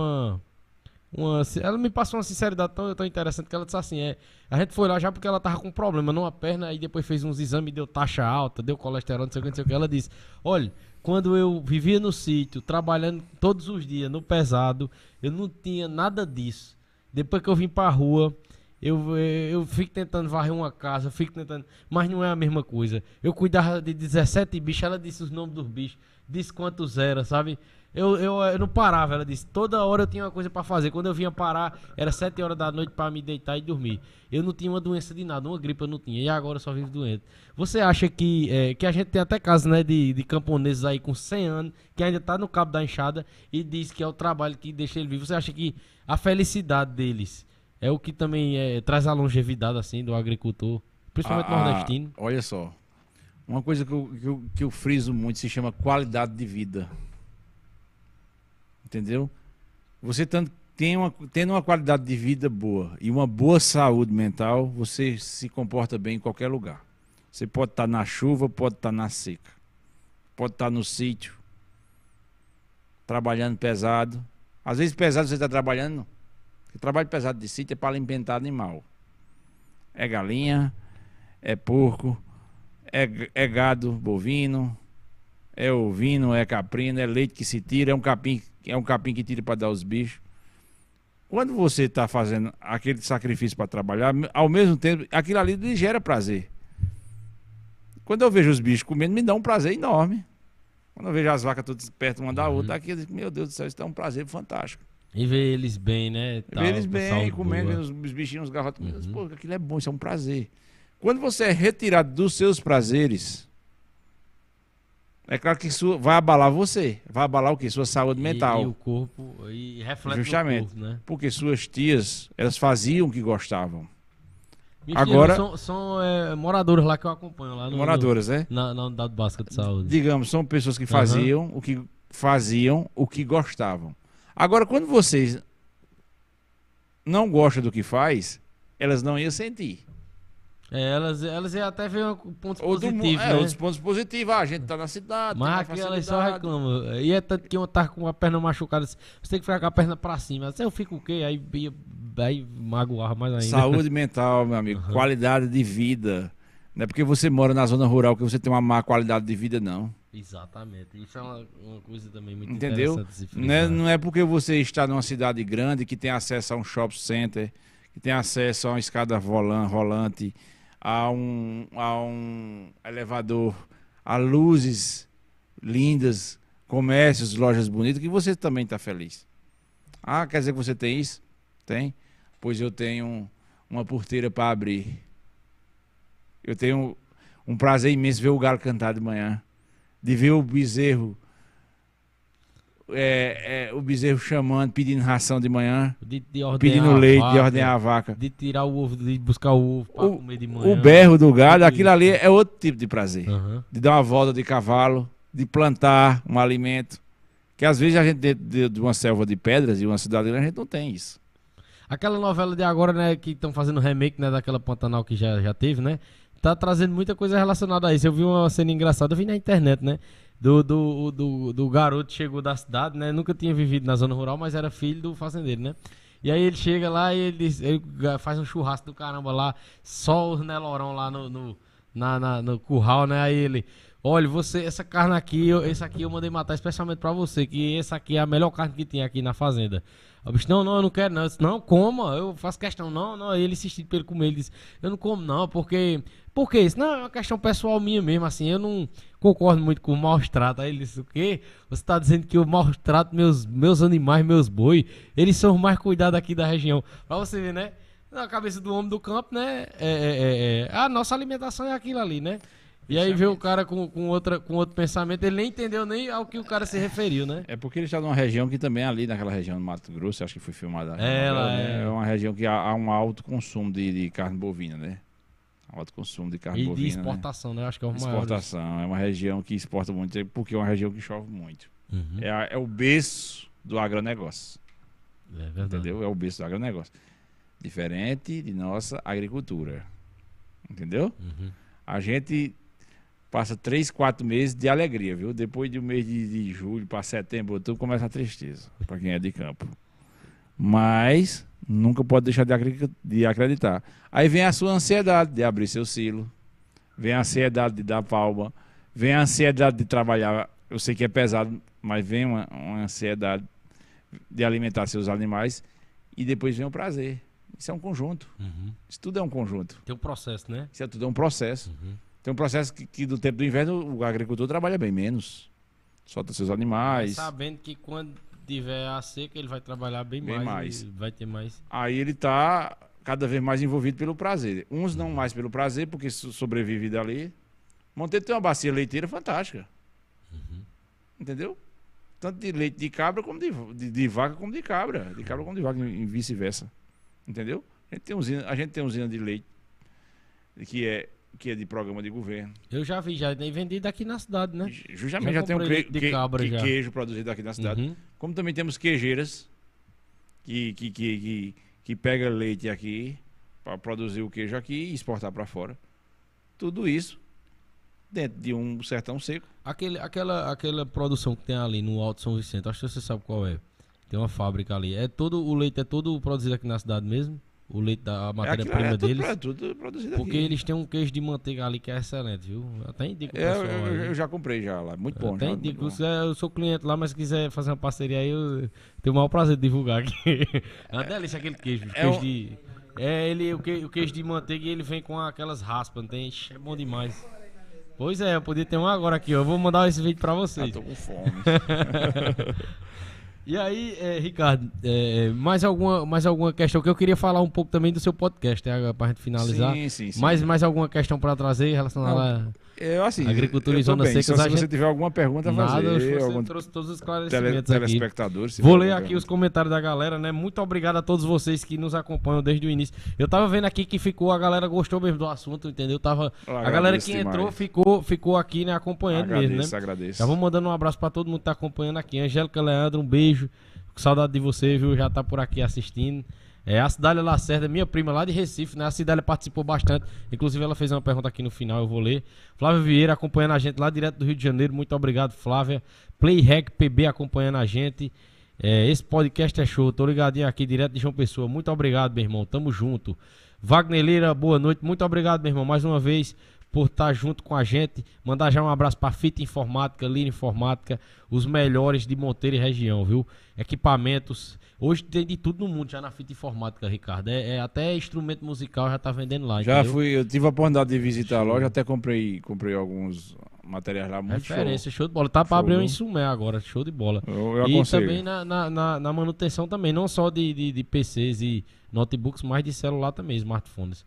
S2: ela me passou uma sinceridade tão interessante que ela disse assim, a gente foi lá já porque ela tava com problema numa perna, aí depois fez uns exames, deu taxa alta, deu colesterol, não sei o que, ela disse, olha, quando eu vivia no sítio, trabalhando todos os dias, no pesado, eu não tinha nada disso. Depois que eu vim pra rua, eu fico tentando varrer uma casa, mas não é a mesma coisa. Eu cuidava de 17 bichos, ela disse os nomes dos bichos, disse quantos era, sabe? Eu não parava, ela disse, toda hora eu tinha uma coisa pra fazer. Quando eu vinha parar, era 7 horas da noite pra me deitar e dormir. Eu não tinha uma doença de nada, uma gripe eu não tinha, e agora eu só vivo doente. Você acha que a gente tem até casos, né, de camponeses aí com 100 anos, que ainda tá no cabo da enxada e diz que é o trabalho que deixa ele vivo. Você acha que a felicidade deles é o que também traz a longevidade, assim, do agricultor, principalmente nordestino?
S3: Olha só, uma coisa que eu friso muito se chama qualidade de vida. Entendeu? Você tendo uma qualidade de vida boa e uma boa saúde mental, você se comporta bem em qualquer lugar. Você pode estar na chuva, pode estar na seca, pode estar no sítio, trabalhando pesado. Às vezes pesado você está trabalhando. O trabalho pesado de sítio é para alimentar animal. É galinha, é porco, é gado bovino, é ovino, é caprino, é leite que se tira, é um capim que tira para dar aos bichos. Quando você está fazendo aquele sacrifício para trabalhar, ao mesmo tempo, aquilo ali lhe gera prazer. Quando eu vejo os bichos comendo, me dá um prazer enorme. Quando eu vejo as vacas todas perto uma da outra, aqui eu digo, meu Deus do céu, isso dá um prazer fantástico.
S2: E ver eles bem, né?
S3: Ver eles bem, comendo, vendo os bichinhos, os garrotes. Pô, aquilo é bom, isso é um prazer. Quando você é retirado dos seus prazeres, é claro que isso vai abalar você. Vai abalar o quê? Sua saúde mental.
S2: E o corpo, e reflete
S3: justamente,
S2: no corpo, né?
S3: Porque suas tias, elas faziam o que gostavam.
S2: Minhas
S3: agora
S2: são moradores lá que eu acompanho. Lá
S3: moradoras, né?
S2: Na unidade básica de saúde.
S3: Digamos, são pessoas que faziam o que gostavam. Agora, quando vocês não gostam do que faz, elas não iam sentir.
S2: Elas iam até ver pontos positivos, né?
S3: Outros pontos positivos. A gente tá na cidade.
S2: Mas aqui elas só reclamam. E é tanto que uma tá com a perna machucada. Você tem que ficar com a perna pra cima. Eu fico o quê? Aí magoava mais ainda.
S3: Saúde mental, meu amigo. Qualidade de vida. Não é porque você mora na zona rural que você tem uma má qualidade de vida, não.
S2: Exatamente. Isso é uma coisa também muito
S3: Entendeu?
S2: interessante de se frisar.
S3: Não é porque você está numa cidade grande que tem acesso a um shopping center, que tem acesso a uma escada rolante, a um elevador, a luzes lindas, comércios, lojas bonitas, que você também está feliz. Ah, quer dizer que você tem isso? Tem? Pois eu tenho uma porteira para abrir. Eu tenho um prazer imenso ver o galo cantar de manhã, de ver o bezerro, o bezerro chamando, pedindo ração de manhã,
S2: De ordenhar
S3: pedindo
S2: a
S3: leite,
S2: vaca,
S3: de ordenhar a vaca.
S2: de tirar o ovo, de buscar o ovo para comer de manhã.
S3: O berro do gado,
S2: Tudo
S3: aquilo
S2: isso.
S3: ali é outro tipo de prazer.
S2: Aham.
S3: De dar uma volta de cavalo, de plantar um alimento. Que às vezes a gente dentro de uma selva de pedras e uma cidade grande, a gente não tem isso.
S2: Aquela novela de agora, né, que estão fazendo remake, né, daquela Pantanal que já teve, né? Tá trazendo muita coisa relacionada a isso. Eu vi uma cena engraçada, eu vi na internet, né? Do garoto que chegou da cidade, né? Nunca tinha vivido na zona rural, mas era filho do fazendeiro, né? E aí ele chega lá e ele faz um churrasco do caramba lá, só os Nelorão lá no curral, né? Aí ele, olha, você, essa carne aqui, esse aqui eu mandei matar especialmente pra você, que essa aqui é a melhor carne que tem aqui na fazenda. O bicho, não, eu não quero não. Eu disse, não, coma, eu faço questão. Não, aí ele insistiu pra ele comer, ele disse, eu não como não, porque... Por que isso? Não, é uma questão pessoal minha mesmo, assim, eu não concordo muito com o maus tratos. Aí ele disse, o quê? Você tá dizendo que eu maus trato meus animais, meus boi, eles são os mais cuidados aqui da região. Pra você ver, né? Na cabeça do homem do campo, né? A nossa alimentação é aquilo ali, né? E aí veio o cara com outro pensamento, ele nem entendeu nem ao que o cara se referiu, né?
S3: É porque ele está numa região que também é ali, naquela região do Mato Grosso, acho que foi filmada.
S2: É
S3: uma região que há um alto consumo de carne bovina, né? Alto consumo de carne
S2: E
S3: bovina.
S2: de exportação, né? Acho que é o maior.
S3: Exportação. É uma região que exporta muito, porque é uma região que chove muito.
S2: Uhum.
S3: É o berço do agronegócio.
S2: É verdade.
S3: Entendeu? É o berço do agronegócio. Diferente de nossa agricultura. Entendeu?
S2: Uhum.
S3: A gente passa 3, 4 meses de alegria, viu? Depois do mês de julho para setembro, outubro, começa a tristeza, para quem é de campo. Mas nunca pode deixar de acreditar. Aí vem a sua ansiedade de abrir seu silo, vem a ansiedade de dar palma, vem a ansiedade de trabalhar. Eu sei que é pesado, mas vem uma ansiedade de alimentar seus animais e depois vem o prazer. Isso é um conjunto.
S2: Uhum.
S3: Isso tudo é um conjunto.
S2: Tem um processo, né?
S3: Isso tudo é um processo.
S2: Uhum.
S3: Tem um processo que do tempo do inverno o agricultor trabalha bem menos. Solta seus animais.
S2: Sabendo que quando tiver a seca ele vai trabalhar bem mais. E vai ter mais.
S3: Aí ele está cada vez mais envolvido pelo prazer. Uns não mais pelo prazer, porque sobrevive dali. Monteiro tem uma bacia leiteira fantástica.
S2: Uhum.
S3: Entendeu? Tanto de leite de cabra como de vaca como de cabra. De cabra como de vaca e vice-versa. Entendeu? A gente tem usina de leite que é de programa de governo.
S2: Eu já vi, já nem vendido aqui na cidade, né?
S3: Justamente já tem um queijo produzido aqui na cidade.
S2: Uhum.
S3: Como também temos queijeiras que pega leite aqui para produzir o queijo aqui e exportar para fora. Tudo isso dentro de um sertão seco.
S2: Aquela produção que tem ali no Alto São Vicente, acho que você sabe qual é. Tem uma fábrica ali. O leite é todo produzido aqui na cidade mesmo? O leite da matéria-prima deles?
S3: Tudo produzido
S2: Porque
S3: aqui.
S2: eles têm um queijo de manteiga ali que é excelente, viu? Até indico o pessoal aí.
S3: Eu já comprei já lá. Muito bom.
S2: Até
S3: Já,
S2: indico.
S3: muito bom.
S2: Eu sou cliente lá, mas se quiser fazer uma parceria aí, eu tenho o maior prazer de divulgar aqui. É uma delícia aquele queijo. O queijo de manteiga e ele vem com aquelas raspas, não tem? Ixi, é bom demais. Pois é, eu podia ter um agora aqui, ó. Eu vou mandar esse vídeo pra vocês.
S3: Tô com fome.
S2: E aí, Ricardo, mais alguma questão que eu queria falar um pouco também do seu podcast, pra gente finalizar.
S3: Sim.
S2: Mais alguma questão pra trazer relacionada à agricultura e zona seca?
S3: Se você tiver alguma pergunta a fazer,
S2: você trouxe todos os esclarecimentos aqui.
S3: telespectadores.
S2: Vou ler aqui os comentários da galera, né? Muito obrigado a todos vocês que nos acompanham desde o início. Eu tava vendo aqui que a galera gostou mesmo do assunto, entendeu? A galera que entrou ficou aqui, né, acompanhando mesmo, né?
S3: Agradeço.
S2: Já vou mandando um abraço pra todo mundo que tá acompanhando aqui. Angélica Leandro, um beijo. Com saudade de você, viu? Já tá por aqui assistindo. A Cidália Lacerda, minha prima lá de Recife, né? A Cidália participou bastante. Inclusive, ela fez uma pergunta aqui no final, eu vou ler. Flávia Vieira acompanhando a gente lá direto do Rio de Janeiro. Muito obrigado, Flávia. Playhack PB acompanhando a gente. Esse podcast é show. Tô ligadinho aqui direto de João Pessoa. Muito obrigado, meu irmão. Tamo junto. Wagner Lira, boa noite. Muito obrigado, meu irmão. Mais uma vez por estar junto com a gente. Mandar já um abraço para Fita Informática, Lira Informática, os melhores de Monteiro e região, viu? Equipamentos. Hoje tem de tudo no mundo já na Fita Informática, Ricardo. Até instrumento musical já tá vendendo lá,
S3: Já
S2: entendeu?
S3: eu tive a oportunidade de visitar a loja, até comprei alguns materiais lá, muito
S2: Referência, show de bola. Tá pra
S3: Show,
S2: abrir um
S3: viu?
S2: Insumé agora, show de bola.
S3: Eu
S2: E
S3: aconselho.
S2: também na manutenção também, não só de PCs e notebooks, mas de celular também, smartphones.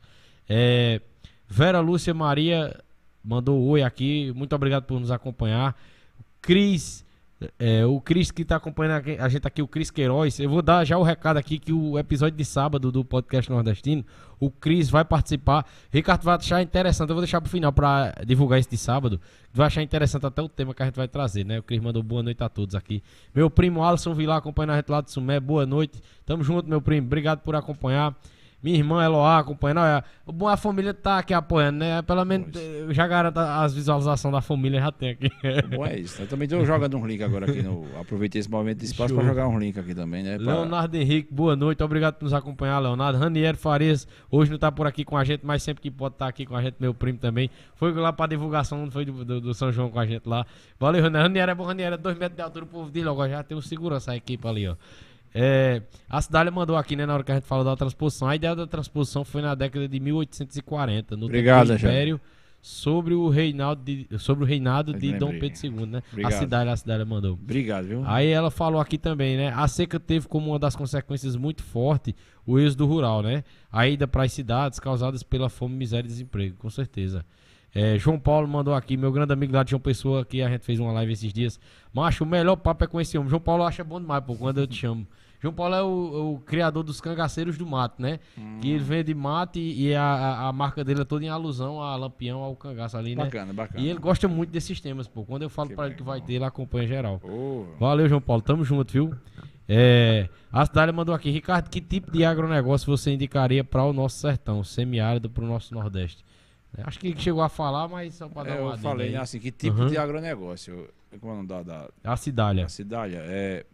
S2: Vera Lúcia Maria mandou oi aqui, muito obrigado por nos acompanhar. Cris, o Cris que tá acompanhando a gente aqui, o Cris Queiroz. Eu vou dar já o recado aqui que o episódio de sábado do podcast nordestino, o Cris vai participar. Ricardo vai achar interessante, eu vou deixar pro final pra divulgar esse de sábado. Vai achar interessante até o tema que a gente vai trazer, né? O Cris mandou boa noite a todos aqui. Meu primo Alisson Vilar acompanhando a gente lá de Sumé, boa noite. Tamo junto, meu primo, obrigado por acompanhar. Minha irmã Eloá acompanhando. Olha, o bom é a família tá aqui apoiando, né? Pelo menos já garanto as visualizações da família, já tem aqui.
S3: O bom é isso. Eu também tô jogando um link agora aqui no. Aproveitei esse momento de espaço para jogar um link aqui também, né?
S2: Leonardo Henrique, boa noite, obrigado por nos acompanhar, Leonardo. Raniero Farias, hoje não tá por aqui com a gente, mas sempre que pode estar aqui com a gente, meu primo também. Foi lá pra divulgação, não foi do São João com a gente lá. Valeu, Raniero. Raniero é bom, Raniero é 2 metros de altura, o povo dele, agora já tem um segurança a equipe ali, ó. A Cidália mandou aqui, né, na hora que a gente falou da transposição. A ideia da transposição foi na década de 1840, no
S3: Obrigado,
S2: tempo do Império, sobre o reinado de Dom Pedro II, né?
S3: Obrigado.
S2: A Cidália mandou.
S3: Obrigado, viu?
S2: Aí ela falou aqui também, né? A seca teve como uma das consequências muito forte o êxodo rural, né? A ida para as cidades causadas pela fome, miséria e desemprego, com certeza. João Paulo mandou aqui, meu grande amigo lá de João Pessoa, que a gente fez uma live esses dias. Macho, o melhor papo é com esse homem. João Paulo acha bom demais, pô, quando eu te chamo. João Paulo é o criador dos cangaceiros do mato, né? Que ele vende mato e a marca dele é toda em alusão a Lampião, ao cangaço ali, né?
S3: Bacana, bacana.
S2: E ele gosta muito desses temas, pô. Quando eu falo pra ele que vai ter, ele acompanha geral.
S3: Oh.
S2: Valeu, João Paulo. Tamo junto, viu? A Cidália mandou aqui. Ricardo, que tipo de agronegócio você indicaria para o nosso sertão, semiárido, para o nosso Nordeste? Acho que ele chegou a falar, mas só para dar uma
S3: Eu falei
S2: aí.
S3: assim, que tipo de agronegócio? Como é o nome
S2: A Cidália.
S3: A Cidália.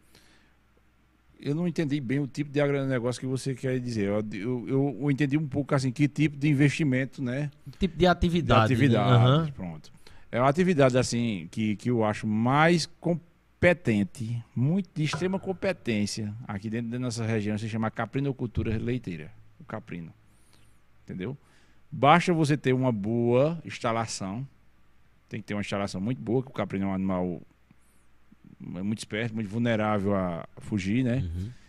S3: Eu não entendi bem o tipo de agronegócio que você quer dizer. Eu entendi um pouco assim, que tipo de investimento, né?
S2: Tipo de atividade.
S3: Pronto. É uma atividade assim que eu acho mais competente, muito de extrema competência. Aqui dentro da nossa região se chama caprinocultura leiteira. O caprino. Entendeu? Basta você ter uma boa instalação. Tem que ter uma instalação muito boa, que o caprino é um animal muito esperto, muito vulnerável a fugir, né?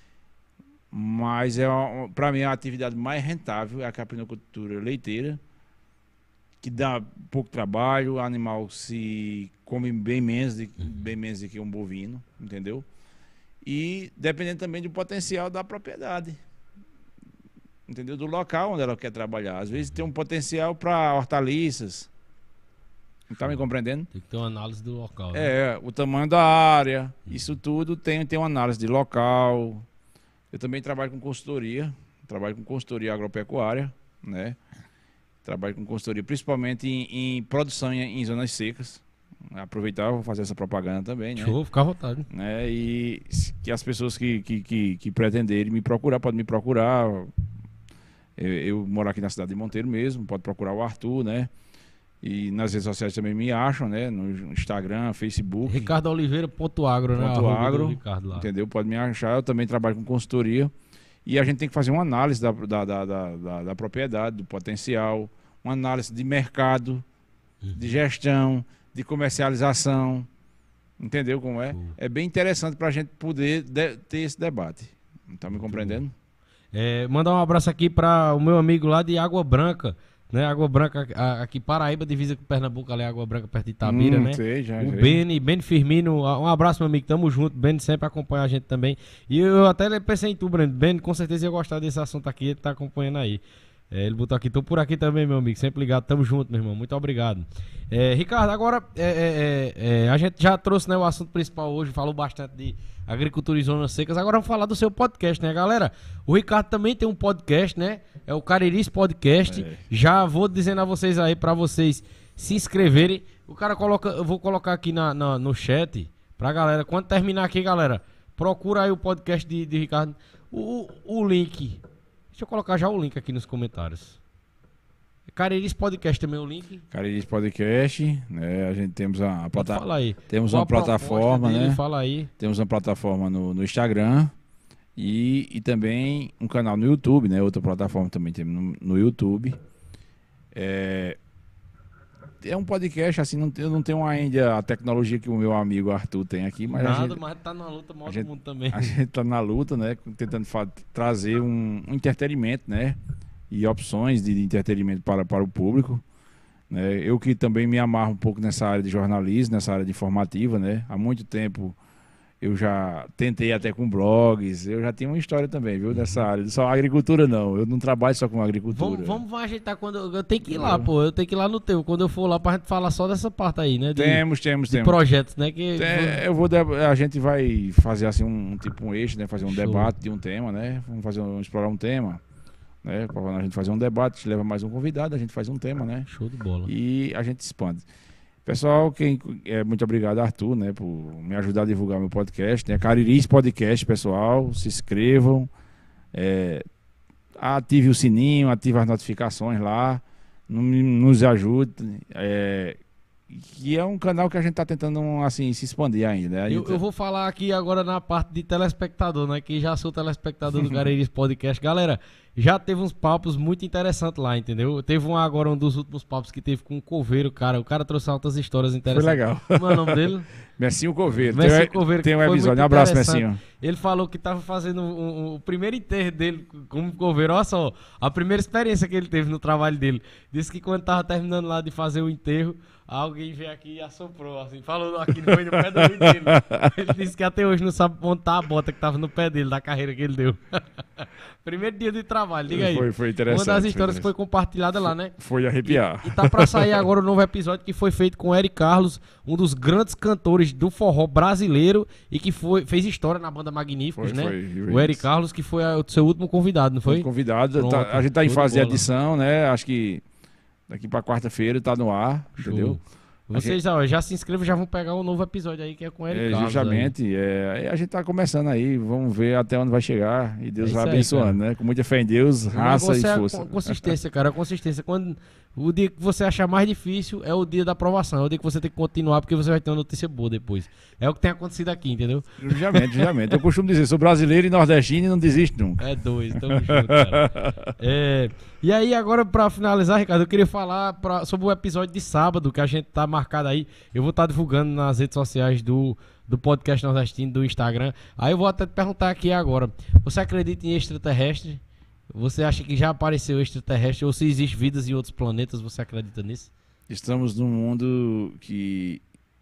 S3: Mas para mim a atividade mais rentável é a caprinocultura leiteira, que dá pouco trabalho, o animal se come bem menos do que um bovino, entendeu? E dependendo também do potencial da propriedade, entendeu? Do local onde ela quer trabalhar. Às vezes tem um potencial para hortaliças. Tá me compreendendo?
S2: Tem que ter uma análise do local. Né?
S3: O tamanho da área, isso tudo tem uma análise de local. Eu também trabalho com consultoria agropecuária, né? Trabalho com consultoria principalmente em produção em zonas secas. Aproveitar, vou fazer essa propaganda também, né?
S2: Show, fica à vontade.
S3: E que as pessoas que pretenderem me procurar, podem me procurar. Eu moro aqui na cidade de Monteiro mesmo, pode procurar o Arthur, né? E nas redes sociais também me acham, né? No Instagram, Facebook.
S2: Ricardo Oliveira.agro, né?
S3: Agro,
S2: Ricardo lá.
S3: entendeu? Pode me achar. Eu também trabalho com consultoria. E a gente tem que fazer uma análise da propriedade, do potencial, uma análise de mercado, de gestão, de comercialização. Entendeu como é? É bem interessante para a gente poder ter esse debate. Tá me compreendendo?
S2: Mandar um abraço aqui para o meu amigo lá de Água Branca. Né? Água Branca, aqui Paraíba, divisa com Pernambuco, ali Água Branca, perto de Itabira, né?
S3: Sei,
S2: o Beni Firmino, um abraço, meu amigo, tamo junto. Beni sempre acompanha a gente também. E eu até pensei em tu, Breno. Beni, com certeza ia gostar desse assunto aqui, ele tá acompanhando aí. Ele botou aqui, tô por aqui também, meu amigo, sempre ligado, tamo junto, meu irmão, muito obrigado. Ricardo, agora a gente já trouxe, né, o assunto principal hoje, falou bastante de agricultura e zonas secas. Agora vamos falar do seu podcast, né, galera? O Ricardo também tem um podcast, né? É o Cariris Podcast. Já vou dizendo a vocês aí, pra vocês se inscreverem. O cara coloca, eu vou colocar aqui no chat pra galera. Quando terminar aqui, galera, procura aí o podcast de Ricardo. O link. Deixa eu colocar já o link aqui nos comentários. Cariri's Podcast também, o link.
S3: Cariri's Podcast, né? A gente temos a
S2: Pode falar aí.
S3: temos
S2: Qual
S3: uma
S2: a proposta
S3: plataforma,
S2: dele?
S3: né?
S2: Fala aí.
S3: Temos uma plataforma no Instagram e também um canal no YouTube, né? Outra plataforma também temos no YouTube. É um podcast, assim, eu não tenho ainda a tecnologia que o meu amigo Arthur tem aqui, mas
S2: Mas tá na luta maior do mundo também.
S3: a gente tá na luta, né? Tentando trazer um entretenimento, né? E opções de entretenimento para o público. Né? Eu que também me amarro um pouco nessa área de jornalismo, nessa área de informativa, né? Há muito tempo eu já tentei até com blogs, eu já tenho uma história também, viu? Nessa área. Só agricultura não, eu não trabalho só com agricultura.
S2: Vamos ajeitar quando eu tenho que ir lá, pô. Eu tenho que ir lá no teu. Quando eu for lá pra gente falar só dessa parte aí, né?
S3: Temos.
S2: Projetos, né?
S3: A gente vai fazer assim um eixo, né? Fazer um
S2: Show.
S3: debate de um tema, né? Vamos explorar um tema. Né? Para a gente fazer um debate, a gente leva mais um convidado, a gente faz um tema, né?
S2: Show de bola.
S3: E a gente expande. Pessoal, muito obrigado, Arthur, né, por me ajudar a divulgar meu podcast, né? Cariri's Podcast, pessoal, se inscrevam, ative o sininho, ative as notificações lá, nos ajude, que é um canal que a gente está tentando, assim, se expandir ainda, né?
S2: Eu vou falar aqui agora na parte de telespectador, né? Que já sou telespectador do Cariri's Podcast. Galera, já teve uns papos muito interessantes lá, entendeu? Teve um dos últimos papos que teve com o Coveiro, cara. O cara trouxe altas histórias interessantes.
S3: Foi legal.
S2: Como é o nome dele?
S3: Messinho Coveiro.
S2: Coveiro.
S3: Tem um
S2: Foi
S3: episódio.
S2: muito
S3: Um abraço,
S2: interessante.
S3: Messinho.
S2: Ele falou que tava fazendo o primeiro enterro dele como Coveiro. Olha só, a primeira experiência que ele teve no trabalho dele. Disse que quando tava terminando lá de fazer o enterro, alguém veio aqui e assoprou, assim, falou aqui foi no pé do olho dele. Ele disse que até hoje não sabe onde tá a bota que tava no pé dele, da carreira que ele deu. Primeiro dia de trabalho, diga aí.
S3: Foi interessante.
S2: Uma das histórias foi compartilhada lá, né?
S3: Foi arrepiar.
S2: E tá pra sair agora o novo episódio que foi feito com o Eric Carlos, um dos grandes cantores do forró brasileiro e que fez história na banda Magníficos, né? O Eric Carlos, que foi o seu último convidado, não foi?
S3: Convidado.
S2: Pronto,
S3: a gente tá em fase de
S2: bola.
S3: edição, né? Acho que daqui pra quarta-feira tá no ar,
S2: Show.
S3: entendeu?
S2: Vocês já se inscrevam, já vão pegar um novo episódio aí que é com o Eric Carlos.
S3: Justamente, a gente tá começando aí, vamos ver até onde vai chegar e Deus vai
S2: aí,
S3: abençoando,
S2: cara.
S3: né? Com muita fé em Deus, raça e força.
S2: A consistência, cara, a consistência. Quando o dia que você achar mais difícil é o dia da aprovação, é o dia que você tem que continuar porque você vai ter uma notícia boa depois. É o que tem acontecido aqui, entendeu?
S3: Justamente. Eu costumo dizer, sou brasileiro e nordestino e não desisto nunca.
S2: É dois, tamo junto, cara. E aí, agora pra finalizar, Ricardo, eu queria falar sobre o episódio de sábado que a gente tá marcado aí. Eu vou estar divulgando nas redes sociais do podcast nordestino, do Instagram. Aí eu vou até te perguntar aqui agora, você acredita em extraterrestre? Você acha que já apareceu extraterrestre ou se existe vidas em outros planetas, você acredita nisso?
S3: Estamos num mundo que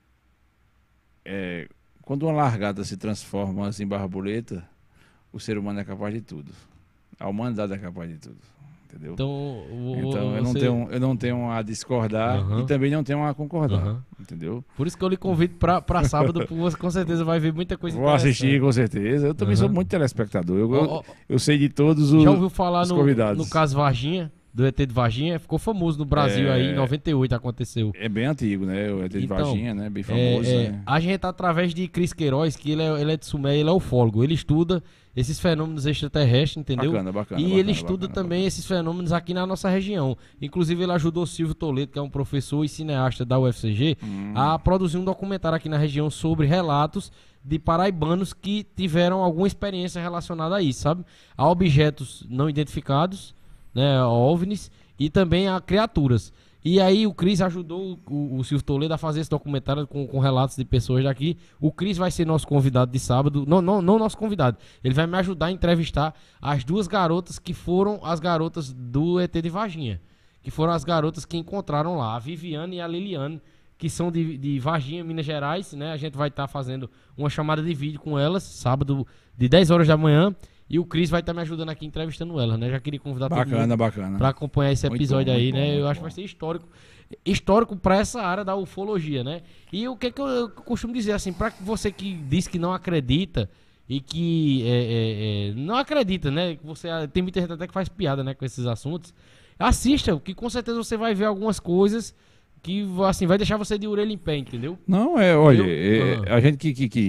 S3: quando uma largada se transforma em borboleta, o ser humano é capaz de tudo. A humanidade é capaz de tudo. Entendeu? Então eu não tenho a discordar e também não tenho a concordar. Entendeu?
S2: Por isso que eu lhe convido pra sábado, porque você com certeza vai ver muita coisa
S3: Vou assistir com certeza. Eu também sou muito telespectador. Eu sei de todos os
S2: já ouviu falar
S3: os convidados.
S2: no caso Varginha? Do ET de Varginha? Ficou famoso no Brasil aí, em 98 aconteceu.
S3: É bem antigo, né? O ET de
S2: Então,
S3: Varginha, né? Bem famoso, né?
S2: A gente, através de Cris Queiroz, que ele é de Sumé, ele é ufólogo. Ele estuda esses fenômenos extraterrestres, entendeu?
S3: Bacana.
S2: Ele estuda também esses fenômenos aqui na nossa região. Inclusive, ele ajudou o Silvio Toledo, que é um professor e cineasta da UFCG, a produzir um documentário aqui na região sobre relatos de paraibanos que tiveram alguma experiência relacionada a isso, sabe? A objetos não identificados, né, OVNIs, e também a criaturas. E aí o Cris ajudou o Silvio Toledo a fazer esse documentário com relatos de pessoas daqui. O Cris vai ser nosso convidado de sábado. Não nosso convidado. Ele vai me ajudar a entrevistar as duas garotas que foram as garotas do ET de Varginha. Que foram as garotas que encontraram lá, a Viviane e a Liliane, que são de Varginha, Minas Gerais, né? A gente vai estar fazendo uma chamada de vídeo com elas, sábado, de 10 horas da manhã. E o Cris vai estar me ajudando aqui entrevistando ela, né? Já queria convidar todo mundo pra acompanhar esse episódio aí, né? Eu acho que vai ser histórico pra essa área da ufologia, né? E o que eu costumo dizer, assim, pra você que diz que não acredita e que não acredita, né? Que você, tem muita gente até que faz piada, né, com esses assuntos. Assista, que com certeza você vai ver algumas coisas que, assim, vai deixar você de orelha em pé, entendeu?
S3: Não, olha, a gente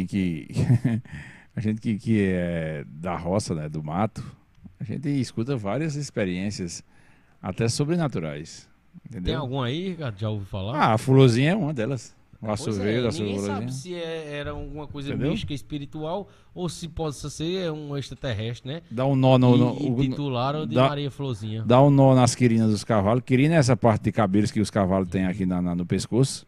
S3: a gente que é da roça, né, do mato, a gente escuta várias experiências até sobrenaturais. Entendeu?
S2: Tem algum aí, Ricardo? Já ouviu falar?
S3: Ah, a fulozinha é uma delas. O
S2: Pois
S3: assoveio da
S2: ninguém sabe
S3: fulozinha.
S2: se era alguma coisa
S3: Entendeu?
S2: mística, espiritual, ou se pode ser um extraterrestre, né?
S3: Dá um nó
S2: E titularam de
S3: dá-
S2: Maria Florzinha.
S3: Dá um nó nas quirinas dos cavalos. Quirina é essa parte de cabelos que os cavalos têm aqui no pescoço.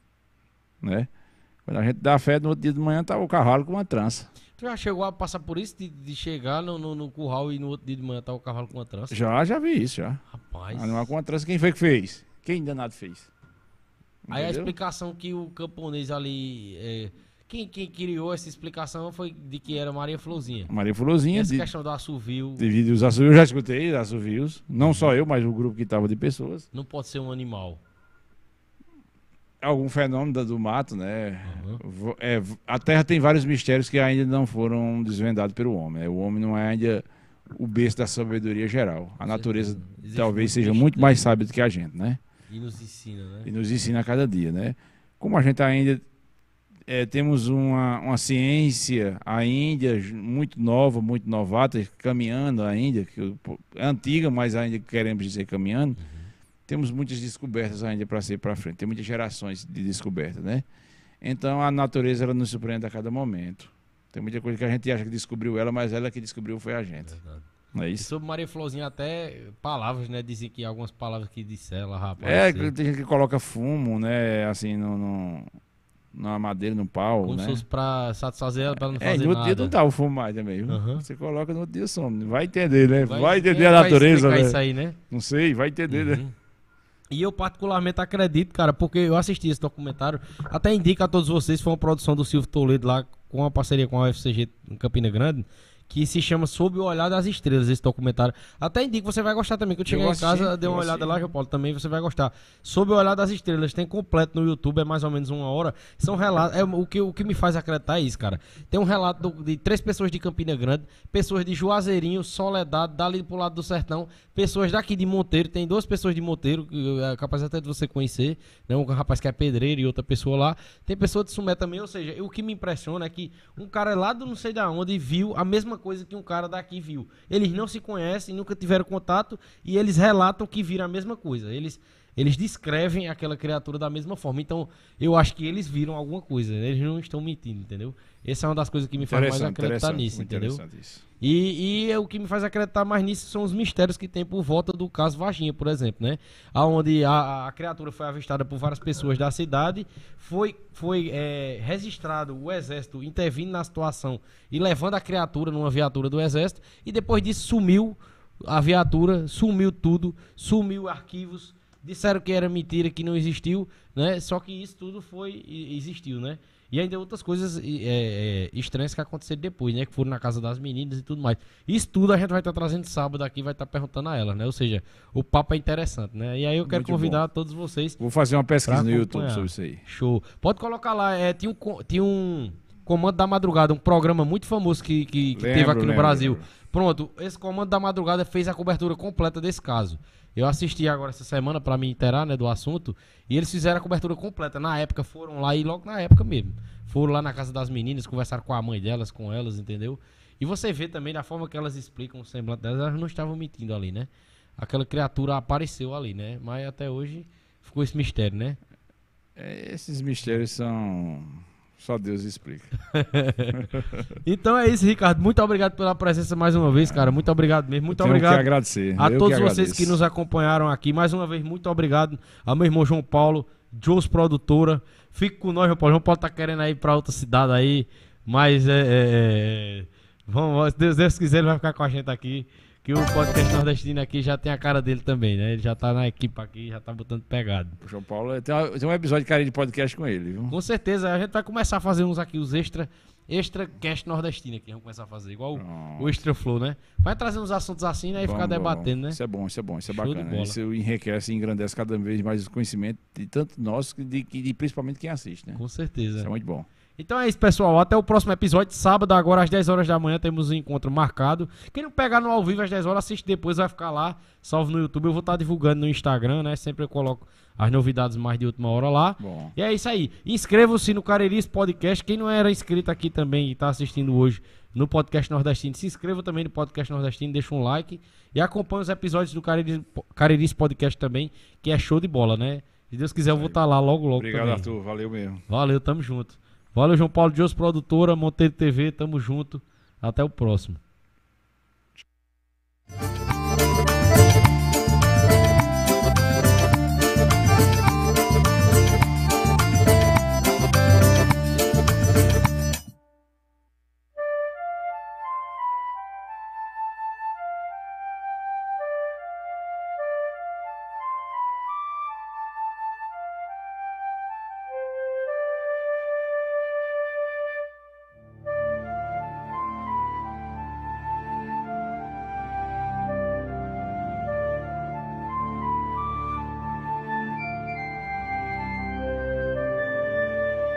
S3: Né? Quando a gente dá fé, no outro dia de manhã tá o cavalo com uma trança.
S2: Tu já chegou a passar por isso, de chegar no curral e no outro dia de manhã tá o cavalo com uma trança?
S3: Já vi isso, já.
S2: Rapaz.
S3: Animal com uma trança, quem foi que fez? Quem danado fez?
S2: Aí a
S3: Entendeu?
S2: explicação que o camponês ali... Quem criou essa explicação foi de que era Maria Florzinha.
S3: Maria Fulozinha,
S2: Essa questão do assovio
S3: devido aos assovios, eu já escutei assovios. Não só eu, mas o grupo que estava de pessoas.
S2: não pode ser um animal.
S3: Algum fenômeno do mato, né? A Terra tem vários mistérios que ainda não foram desvendados pelo homem. Né? O homem não é ainda o berço da sabedoria geral. A natureza
S2: Existe
S3: talvez
S2: muito
S3: seja
S2: mistério.
S3: muito mais sábia do que a gente, né?
S2: E nos ensina, né?
S3: E nos ensina a cada dia, né? Como a gente ainda temos uma ciência ainda muito nova, muito novata, caminhando ainda, é antiga, mas ainda queremos dizer caminhando, temos muitas descobertas ainda para ser para frente, tem muitas gerações de descoberta, né? Então a natureza ela nos surpreende a cada momento. Tem muita coisa que a gente acha que descobriu ela, mas ela que descobriu foi a gente.
S2: Verdade.
S3: Não é
S2: E
S3: isso?
S2: sobre Maria Florzinha, até palavras, né? Dizem que algumas palavras que disseram lá, rapaz.
S3: Tem gente que coloca fumo, né? Assim, na madeira, no pau,
S2: como
S3: né?
S2: se fosse pra satisfazer ela, pra não fazer
S3: No outro dia
S2: nada.
S3: não tá o fumo mais também, viu?
S2: Aham.
S3: Você coloca no outro dia some. Vai entender, né? Vai
S2: quem
S3: entender a
S2: vai
S3: natureza,
S2: explicar
S3: né?
S2: isso aí, né?
S3: Não sei, vai entender, né?
S2: Uhum. E eu particularmente acredito, cara, porque eu assisti esse documentário, até indico a todos vocês, foi uma produção do Silvio Toledo lá, com uma parceria com a UFCG em Campina Grande, que se chama Sob o Olhar das Estrelas, esse documentário. Até indico, você vai gostar também, que eu cheguei
S3: vou
S2: em casa,
S3: assistir,
S2: dei uma
S3: eu
S2: olhada
S3: assisti.
S2: lá, João Paulo, também você vai gostar. Sob o Olhar das Estrelas, tem completo no YouTube, é mais ou menos 1 hora. São relatos, o que me faz acreditar é isso, cara. Tem um relato de 3 pessoas de Campina Grande, pessoas de Juazeirinho, Soledade, dali pro lado do Sertão, pessoas daqui de Monteiro, tem 2 pessoas de Monteiro, que é capaz até de você conhecer, né? Um rapaz que é pedreiro e outra pessoa lá. Tem pessoa de Sumé também, ou seja, o que me impressiona é que um cara lá do não sei da onde viu a mesma coisa que um cara daqui viu. Eles não se conhecem, nunca tiveram contato e eles relatam que viram a mesma coisa. Eles descrevem aquela criatura da mesma forma. Então, eu acho que eles viram alguma coisa. Eles não estão mentindo, entendeu? Essa é uma das coisas que me faz mais acreditar nisso, entendeu?
S3: Isso.
S2: E o que me faz acreditar mais nisso são os mistérios que tem por volta do caso Varginha, por exemplo, né? Onde a criatura foi avistada por várias pessoas da cidade, foi registrado o exército intervindo na situação e levando a criatura numa viatura do exército, e depois disso sumiu a viatura, sumiu tudo, sumiu arquivos, disseram que era mentira, que não existiu, né? Só que isso tudo existiu, né? E ainda outras coisas estranhas que aconteceram depois, né? Que foram na casa das meninas e tudo mais. Isso tudo a gente vai estar trazendo sábado aqui, vai estar perguntando a elas, né? Ou seja, o papo é interessante, né? E aí eu quero
S3: Muito
S2: convidar
S3: bom.
S2: todos vocês.
S3: Vou fazer uma pesquisa
S2: Pra
S3: no YouTube
S2: acompanhar.
S3: sobre isso aí.
S2: Show. Pode colocar lá, tinha um Comando da Madrugada, um programa muito famoso que teve aqui no Brasil.
S3: lembro.
S2: Pronto, esse Comando da Madrugada fez a cobertura completa desse caso. Eu assisti agora essa semana pra me inteirar, né, do assunto, e eles fizeram a cobertura completa. Na época foram lá, e logo na época mesmo. Foram lá na casa das meninas, conversaram com a mãe delas, com elas, entendeu? E você vê também da forma que elas explicam o semblante delas, elas não estavam mentindo ali, né? Aquela criatura apareceu ali, né? Mas até hoje ficou esse mistério, né?
S3: Esses mistérios são... Só Deus explica.
S2: Então é isso, Ricardo. Muito obrigado pela presença mais uma vez, cara. Muito obrigado mesmo. Muito
S3: Tenho
S2: obrigado
S3: que agradecer.
S2: a
S3: Eu
S2: todos
S3: que
S2: vocês
S3: agradeço.
S2: que nos acompanharam aqui. Mais uma vez, muito obrigado ao meu irmão João Paulo, Joe's Produtora. Fique com nós, João Paulo. João Paulo tá querendo ir pra outra cidade aí, mas vamos, se Deus quiser, ele vai ficar com a gente aqui. Que o podcast nordestino aqui já tem a cara dele também, né? Ele já tá na equipe aqui, já tá botando pegado.
S3: O João Paulo tem um episódio de carinho de podcast com ele, viu?
S2: Com certeza, a gente vai começar a fazer uns aqui, os extra cast nordestino aqui. Vamos começar a fazer, igual o Extra Flow, né? Vai trazer uns assuntos assim, né? E ficar debatendo, né?
S3: Isso é bom, isso é
S2: Show de
S3: bacana.
S2: bola.
S3: Isso enriquece e engrandece cada vez mais o conhecimento de tanto nós e principalmente quem assiste, né?
S2: Com certeza.
S3: Isso é muito bom.
S2: Então é isso, pessoal. Até o próximo episódio. Sábado, agora às 10 horas da manhã, temos um encontro marcado. Quem não pegar no ao vivo às 10 horas, assiste depois, vai ficar lá, salvo no YouTube. Eu vou estar divulgando no Instagram, né? Sempre eu coloco as novidades mais de última hora lá.
S3: Bom.
S2: E é isso aí. Inscrevam-se no Cariri's Podcast. Quem não era inscrito aqui também e está assistindo hoje no Podcast Nordestino, se inscreva também no Podcast Nordestino, deixa um like e acompanhe os episódios do Cariri's Podcast também, que é show de bola, né? Se Deus quiser, eu vou estar lá logo
S1: Obrigado,
S2: também.
S1: Arthur. Valeu mesmo.
S2: Valeu, tamo junto. Valeu, João Paulo Dias, produtora, Monteiro TV, tamo junto. Até o próximo.